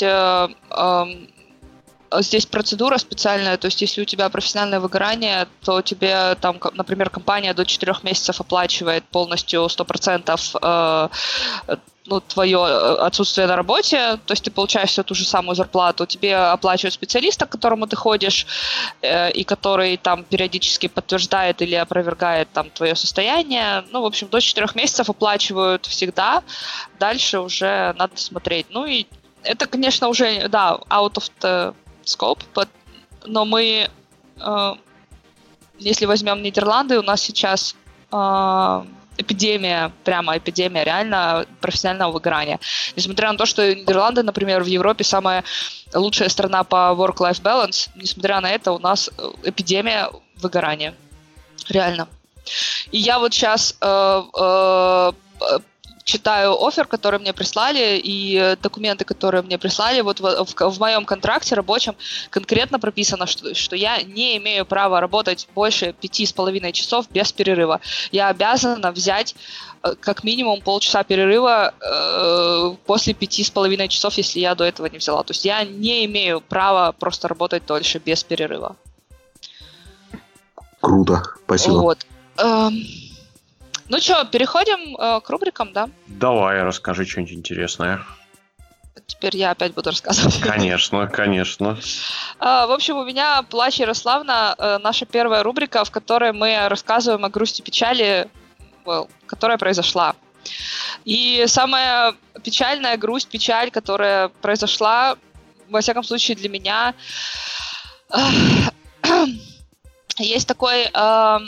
здесь процедура специальная. То есть если у тебя профессиональное выгорание, то тебе там, например, компания до 4 месяцев оплачивает полностью 100% твое отсутствие на работе, то есть ты получаешь всю ту же самую зарплату, тебе оплачивают специалиста, к которому ты ходишь, и который там периодически подтверждает или опровергает там твое состояние. Ну, в общем, до 4 месяцев оплачивают всегда, дальше уже надо смотреть. Ну, и это, конечно, уже, да, out of the scope, но мы, если возьмем Нидерланды, у нас сейчас... эпидемия реально профессионального выгорания. Несмотря на то, что Нидерланды, например, в Европе самая лучшая страна по work-life balance, несмотря на это у нас эпидемия выгорания. Реально. И я вот сейчас читаю оффер, который мне прислали, и документы, которые мне прислали. Вот в моем контракте рабочем конкретно прописано, что я не имею права работать больше 5,5 часов без перерыва. Я обязана взять как минимум полчаса перерыва после 5,5 часов, если я до этого не взяла. То есть я не имею права просто работать дольше без перерыва. Круто, спасибо. Вот. Ну что, переходим к рубрикам, да? Давай, расскажи что-нибудь интересное. Теперь я опять буду рассказывать. Конечно, конечно. В общем, у меня «Плачь, Ярославна» наша первая рубрика, в которой мы рассказываем о грусти, печали, которая произошла. И самая печальная грусть, печаль, которая произошла, во всяком случае для меня, есть такая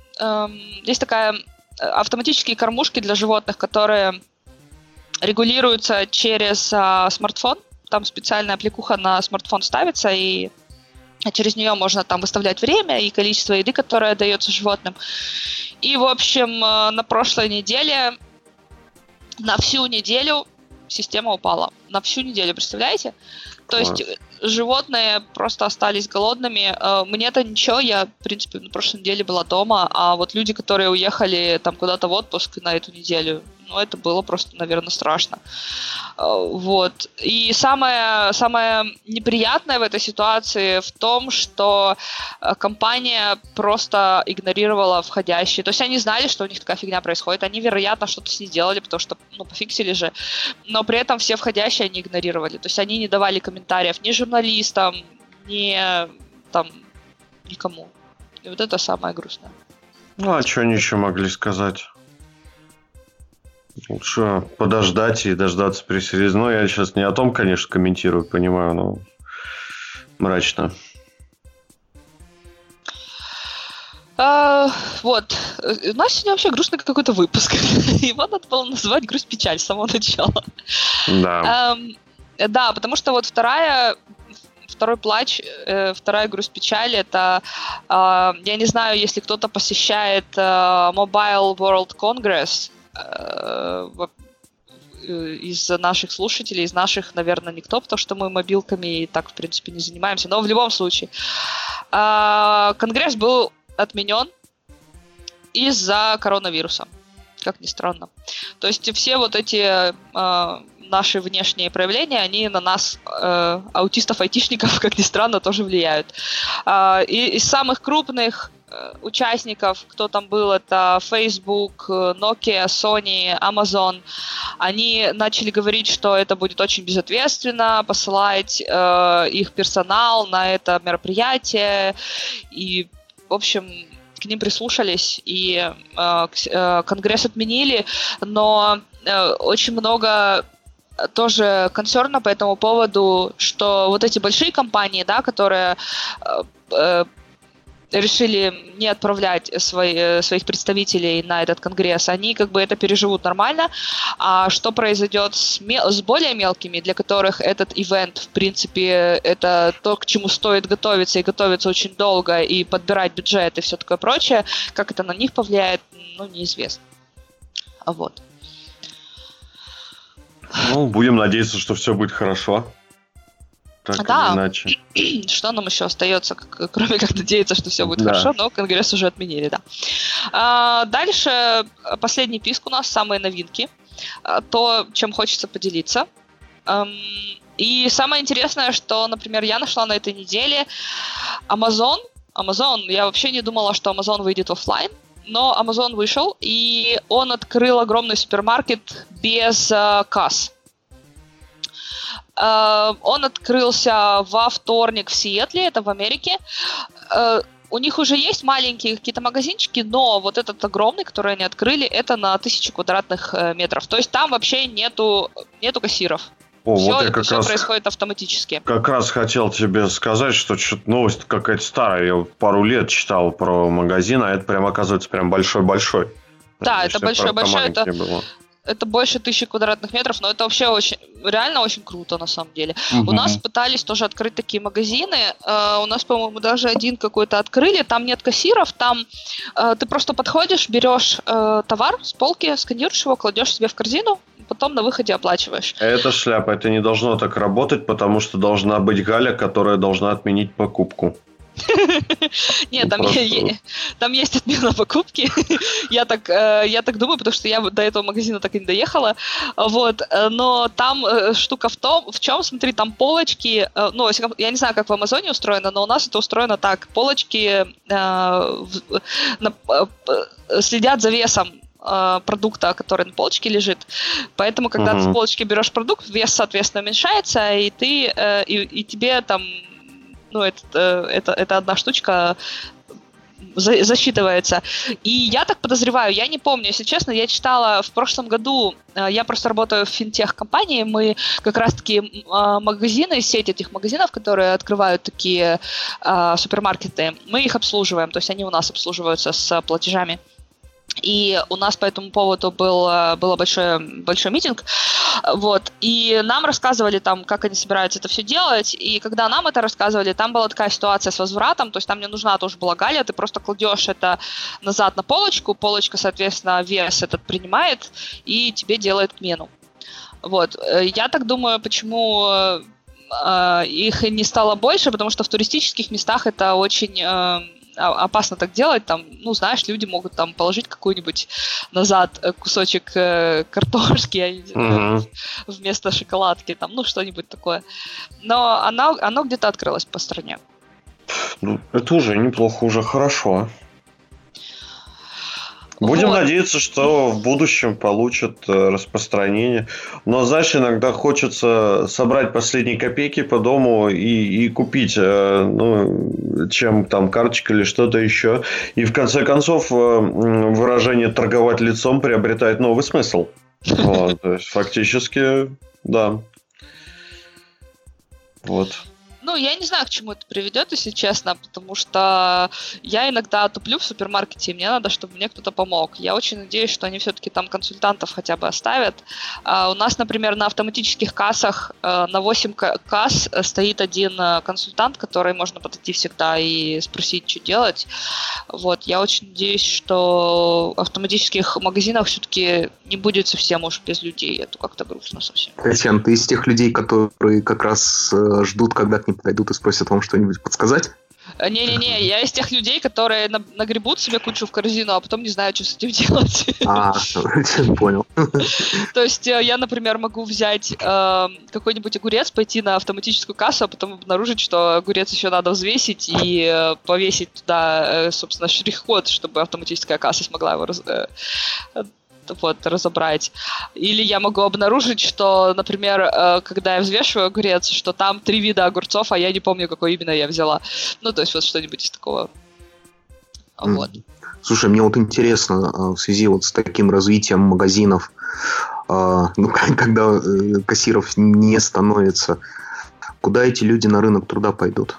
автоматические кормушки для животных, которые регулируются через смартфон. Там специальная аппликуха на смартфон ставится, и через нее можно там выставлять время и количество еды, которое дается животным. И, в общем, на прошлой неделе, на всю неделю система упала. На всю неделю, представляете? То есть животные просто остались голодными. Мне-то ничего, я, в принципе, на прошлой неделе была дома, а вот люди, которые уехали там куда-то в отпуск на эту неделю, это было просто, наверное, страшно. Вот. И самое неприятное в этой ситуации в том, что компания просто игнорировала входящие. То есть они знали, что у них такая фигня происходит, они, вероятно, что-то с ней делали, потому что, пофиксили же, но при этом все входящие они игнорировали. То есть они не давали комментариев ни журналистам, ни никому. И вот это самое грустное. А что они еще могли сказать? Лучше подождать и дождаться пресс-релиза. Я сейчас не о том, конечно, комментирую, понимаю, но мрачно. Вот. У нас сегодня вообще грустный какой-то выпуск. Его надо было назвать «Грусть-печаль» с самого начала. Да. Да, потому что вот второй плач, вторая грусть-печаль, это, я не знаю, если кто-то посещает Mobile World Congress, из наших слушателей, из наших, наверное, никто, потому что мы мобилками и так, в принципе, не занимаемся. Но в любом случае, конгресс был отменен из-за коронавируса, как ни странно. То есть все вот эти наши внешние проявления, они на нас, аутистов-айтишников, как ни странно, тоже влияют. И из самых крупных участников, кто там был, это Facebook, Nokia, Sony, Amazon. Они начали говорить, что это будет очень безответственно, посылать их персонал на это мероприятие. И, в общем, к ним прислушались, и конгресс отменили, но очень много тоже консерна по этому поводу, что вот эти большие компании, да, которые решили не отправлять своих представителей на этот конгресс, они как бы это переживут нормально. А что произойдет с более мелкими, для которых этот ивент, в принципе, это то, к чему стоит готовиться, и готовиться очень долго, и подбирать бюджет, и все такое прочее, как это на них повлияет, неизвестно. Вот. Будем надеяться, что все будет хорошо. Так или иначе. Что нам еще остается, кроме как надеяться, что все будет хорошо, но конгресс уже отменили, да. Дальше последний писк у нас, самые новинки. То, чем хочется поделиться. И самое интересное, что, например, я нашла на этой неделе Amazon, я вообще не думала, что Amazon выйдет в офлайн, но Amazon вышел, и он открыл огромный супермаркет без касс. Он открылся во вторник в Сиэтле, это в Америке. У них уже есть маленькие какие-то магазинчики, но вот этот огромный, который они открыли, это на 1000 квадратных метров. То есть там вообще нету кассиров. Все происходит автоматически. Как раз хотел тебе сказать, что что-то новость какая-то старая. Я пару лет читал про магазин, а это прям оказывается прям большой-большой. Да, это большой-большой. Это больше 1000 квадратных метров, но это вообще реально очень круто на самом деле. У нас пытались тоже открыть такие магазины. У нас, по-моему, даже один какой-то открыли. Там нет кассиров, там ты просто подходишь, берешь товар с полки, сканируешь его, кладешь себе в корзину, потом на выходе оплачиваешь. Это шляпа, это не должно так работать, потому что должна быть Галя, которая должна отменить покупку. Нет, там есть отмена покупки. Я так думаю, потому что я до этого магазина так и не доехала. Вот. Но там штука в чем, смотри, там полочки, я не знаю, как в Амазоне устроено, но у нас это устроено так. Полочки следят за весом продукта, который на полочке лежит. Поэтому, когда ты с полочки берешь продукт, вес, соответственно, уменьшается, и тебе там, это одна штучка засчитывается. И я так подозреваю, я не помню, если честно, я читала в прошлом году, я просто работаю в финтех-компании, мы как раз-таки магазины, сеть этих магазинов, которые открывают такие супермаркеты, мы их обслуживаем, то есть они у нас обслуживаются с платежами. И у нас по этому поводу был большой митинг, вот, и нам рассказывали там, как они собираются это все делать, и когда нам это рассказывали, там была такая ситуация с возвратом, то есть там не нужна тоже была галия, ты просто кладешь это назад на полочку, полочка, соответственно, вес этот принимает и тебе делает отмену. Вот, я так думаю, почему их не стало больше, потому что в туристических местах это очень... опасно так делать, там, знаешь, люди могут там положить какой-нибудь назад кусочек картошки, я не знаю, вместо шоколадки, там, что-нибудь такое. Но оно где-то открылось по стране. Это уже неплохо, уже хорошо. Будем надеяться, что в будущем получат распространение. Но, знаешь, иногда хочется собрать последние копейки по дому и купить, чем там карточка или что-то еще. И в конце концов выражение «торговать лицом» приобретает новый смысл. Вот, то есть, фактически, да. Вот. Я не знаю, к чему это приведет, если честно, потому что я иногда туплю в супермаркете, и мне надо, чтобы мне кто-то помог. Я очень надеюсь, что они все-таки там консультантов хотя бы оставят. У нас, например, на автоматических кассах на 8 касс стоит один консультант, который можно подойти всегда и спросить, что делать. Вот, я очень надеюсь, что в автоматических магазинах все-таки не будет совсем уж без людей. Это как-то грустно совсем. Татьяна, ты из тех людей, которые как раз ждут, когда к ним подойдут и спросят вам что-нибудь подсказать? Не-не-не, я из тех людей, которые нагребут себе кучу в корзину, а потом не знают, что с этим делать. Понял. То есть я, например, могу взять какой-нибудь огурец, пойти на автоматическую кассу, а потом обнаружить, что огурец еще надо взвесить и повесить туда, собственно, штрих-код, чтобы автоматическая касса смогла его разобрать. Или я могу обнаружить, что, например, когда я взвешиваю огурец, что там 3 вида огурцов, а я не помню, какой именно я взяла. То есть вот что-нибудь из такого. Вот. Слушай, мне вот интересно, в связи вот с таким развитием магазинов, когда кассиров не становится, куда эти люди на рынок труда пойдут?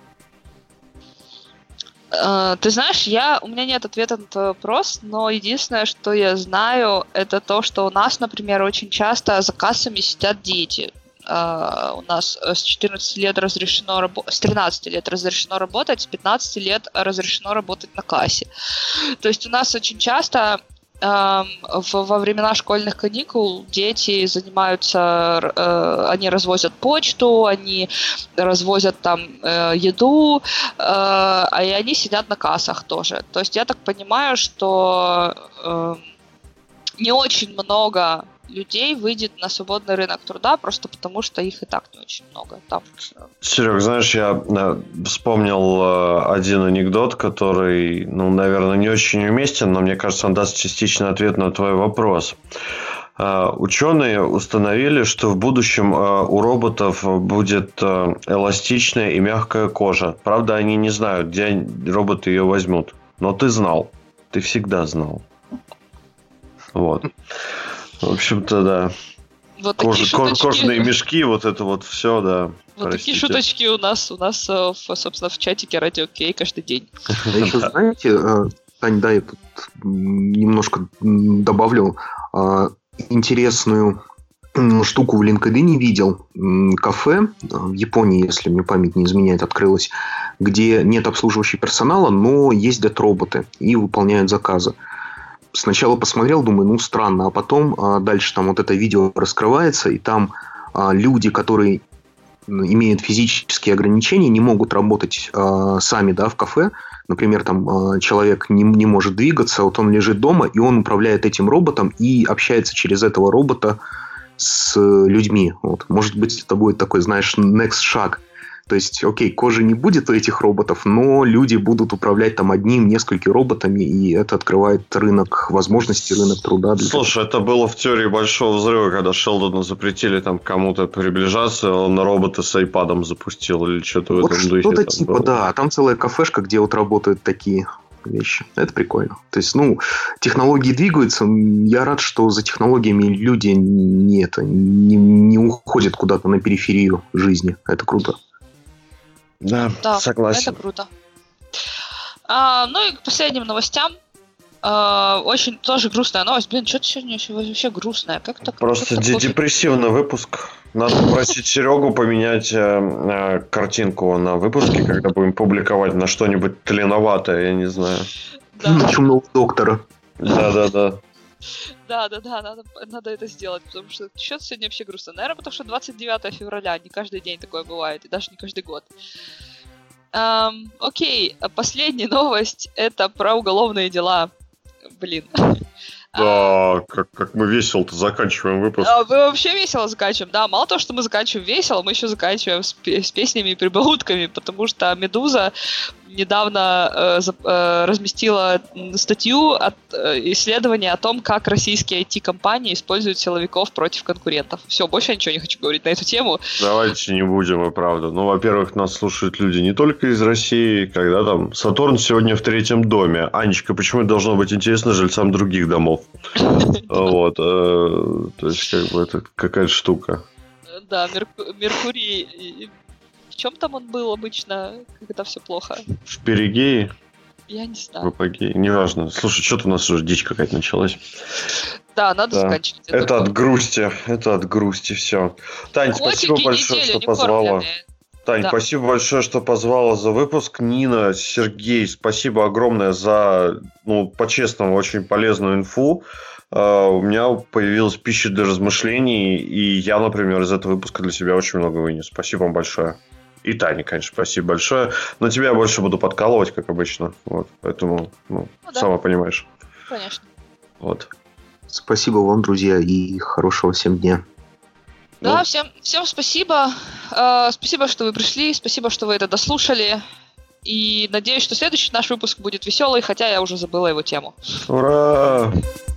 Ты знаешь, у меня нет ответа на твой вопрос, но единственное, что я знаю, это то, что у нас, например, очень часто за кассами сидят дети. У нас с 14 лет разрешено с 13 лет разрешено работать, с 15 лет разрешено работать на кассе. То есть у нас очень часто во времена школьных каникул дети занимаются, они развозят почту, они развозят там еду, и они сидят на кассах тоже. То есть я так понимаю, что не очень много людей выйдет на свободный рынок труда, просто потому что их и так не очень много. Там... Серег, знаешь, я вспомнил один анекдот, который, наверное, не очень уместен, но мне кажется, он даст частичный ответ на твой вопрос. Ученые установили, что в будущем у роботов будет эластичная и мягкая кожа. Правда, они не знают, где роботы ее возьмут. Но ты знал. Ты всегда знал. Вот. В общем-то, да. Вот кожаные мешки, вот это вот все, да. Вот такие шуточки у нас, собственно, в чатике Радио Кей каждый день. Еще знаете, Тань, да, я тут немножко добавлю интересную штуку в LinkedIn видел. Кафе в Японии, если мне память не изменяет, открылось, где нет обслуживающего персонала, но ездят роботы и выполняют заказы. Сначала посмотрел, думаю, странно, а потом дальше там вот это видео раскрывается, и там люди, которые имеют физические ограничения, не могут работать сами, да, в кафе. Например, там человек не может двигаться, вот он лежит дома, и он управляет этим роботом и общается через этого робота с людьми. Вот. Может быть, это будет такой, знаешь, next шаг То есть, окей, кожи не будет у этих роботов, но люди будут управлять там одним, несколькими роботами, и это открывает рынок возможностей, рынок труда. Слушай, это было в теории Большого Взрыва, когда Шелдону запретили там кому-то приближаться, он на робота с айпадом запустил или что-то в Вот этом духе. что-то типа, было. Да, там целая кафешка, где вот работают такие вещи. Это прикольно. То есть, технологии двигаются. Я рад, что за технологиями люди не уходят куда-то на периферию жизни. Это круто. Да, согласен. Это круто. И к последним новостям. Очень тоже грустная новость. Блин, что-то сегодня вообще грустное. Как так? Просто депрессивный выпуск. Надо попросить Серегу поменять картинку на выпуске, когда будем публиковать на что-нибудь тленоватое, я не знаю. Чумного доктора. Да, надо это сделать, потому что что-то сегодня вообще грустно. Наверное, потому что 29 февраля, не каждый день такое бывает, и даже не каждый год. Окей, последняя новость, это про уголовные дела. Блин. Да, как мы весело-то заканчиваем выпуск. Мы вообще весело заканчиваем, да. Мало того, что мы заканчиваем весело, мы еще заканчиваем с песнями и прибаутками, потому что «Медуза» недавно разместила статью от исследования о том, как российские IT-компании используют силовиков против конкурентов. Все, больше я ничего не хочу говорить на эту тему. Давайте не будем, и правда. Во-первых, нас слушают люди не только из России, когда там Сатурн сегодня в 3-м доме. Анечка, почему это должно быть интересно жильцам других домов? Вот. То есть, это какая-то штука. Да, Меркурий... В чем там он был обычно, когда все плохо? В Перигее? Я не знаю. В Апогее? Неважно. Слушай, что-то у нас уже дичь какая-то началась. Да, надо заканчивать. Это от грусти, все. Тань, спасибо большое, что позвала. Тань, спасибо большое, что позвала за выпуск. Нина, Сергей, спасибо огромное за, по-честному, очень полезную инфу. У меня появилась пища для размышлений, и я, например, из этого выпуска для себя очень много вынес. Спасибо вам большое. И Таня, конечно, спасибо большое. Но тебя я больше буду подкалывать, как обычно. Вот, поэтому, сама понимаешь. Конечно. Вот. Спасибо вам, друзья, и хорошего всем дня. Да, всем спасибо. Спасибо, что вы пришли. Спасибо, что вы это дослушали. И надеюсь, что следующий наш выпуск будет веселый, хотя я уже забыла его тему. Ура!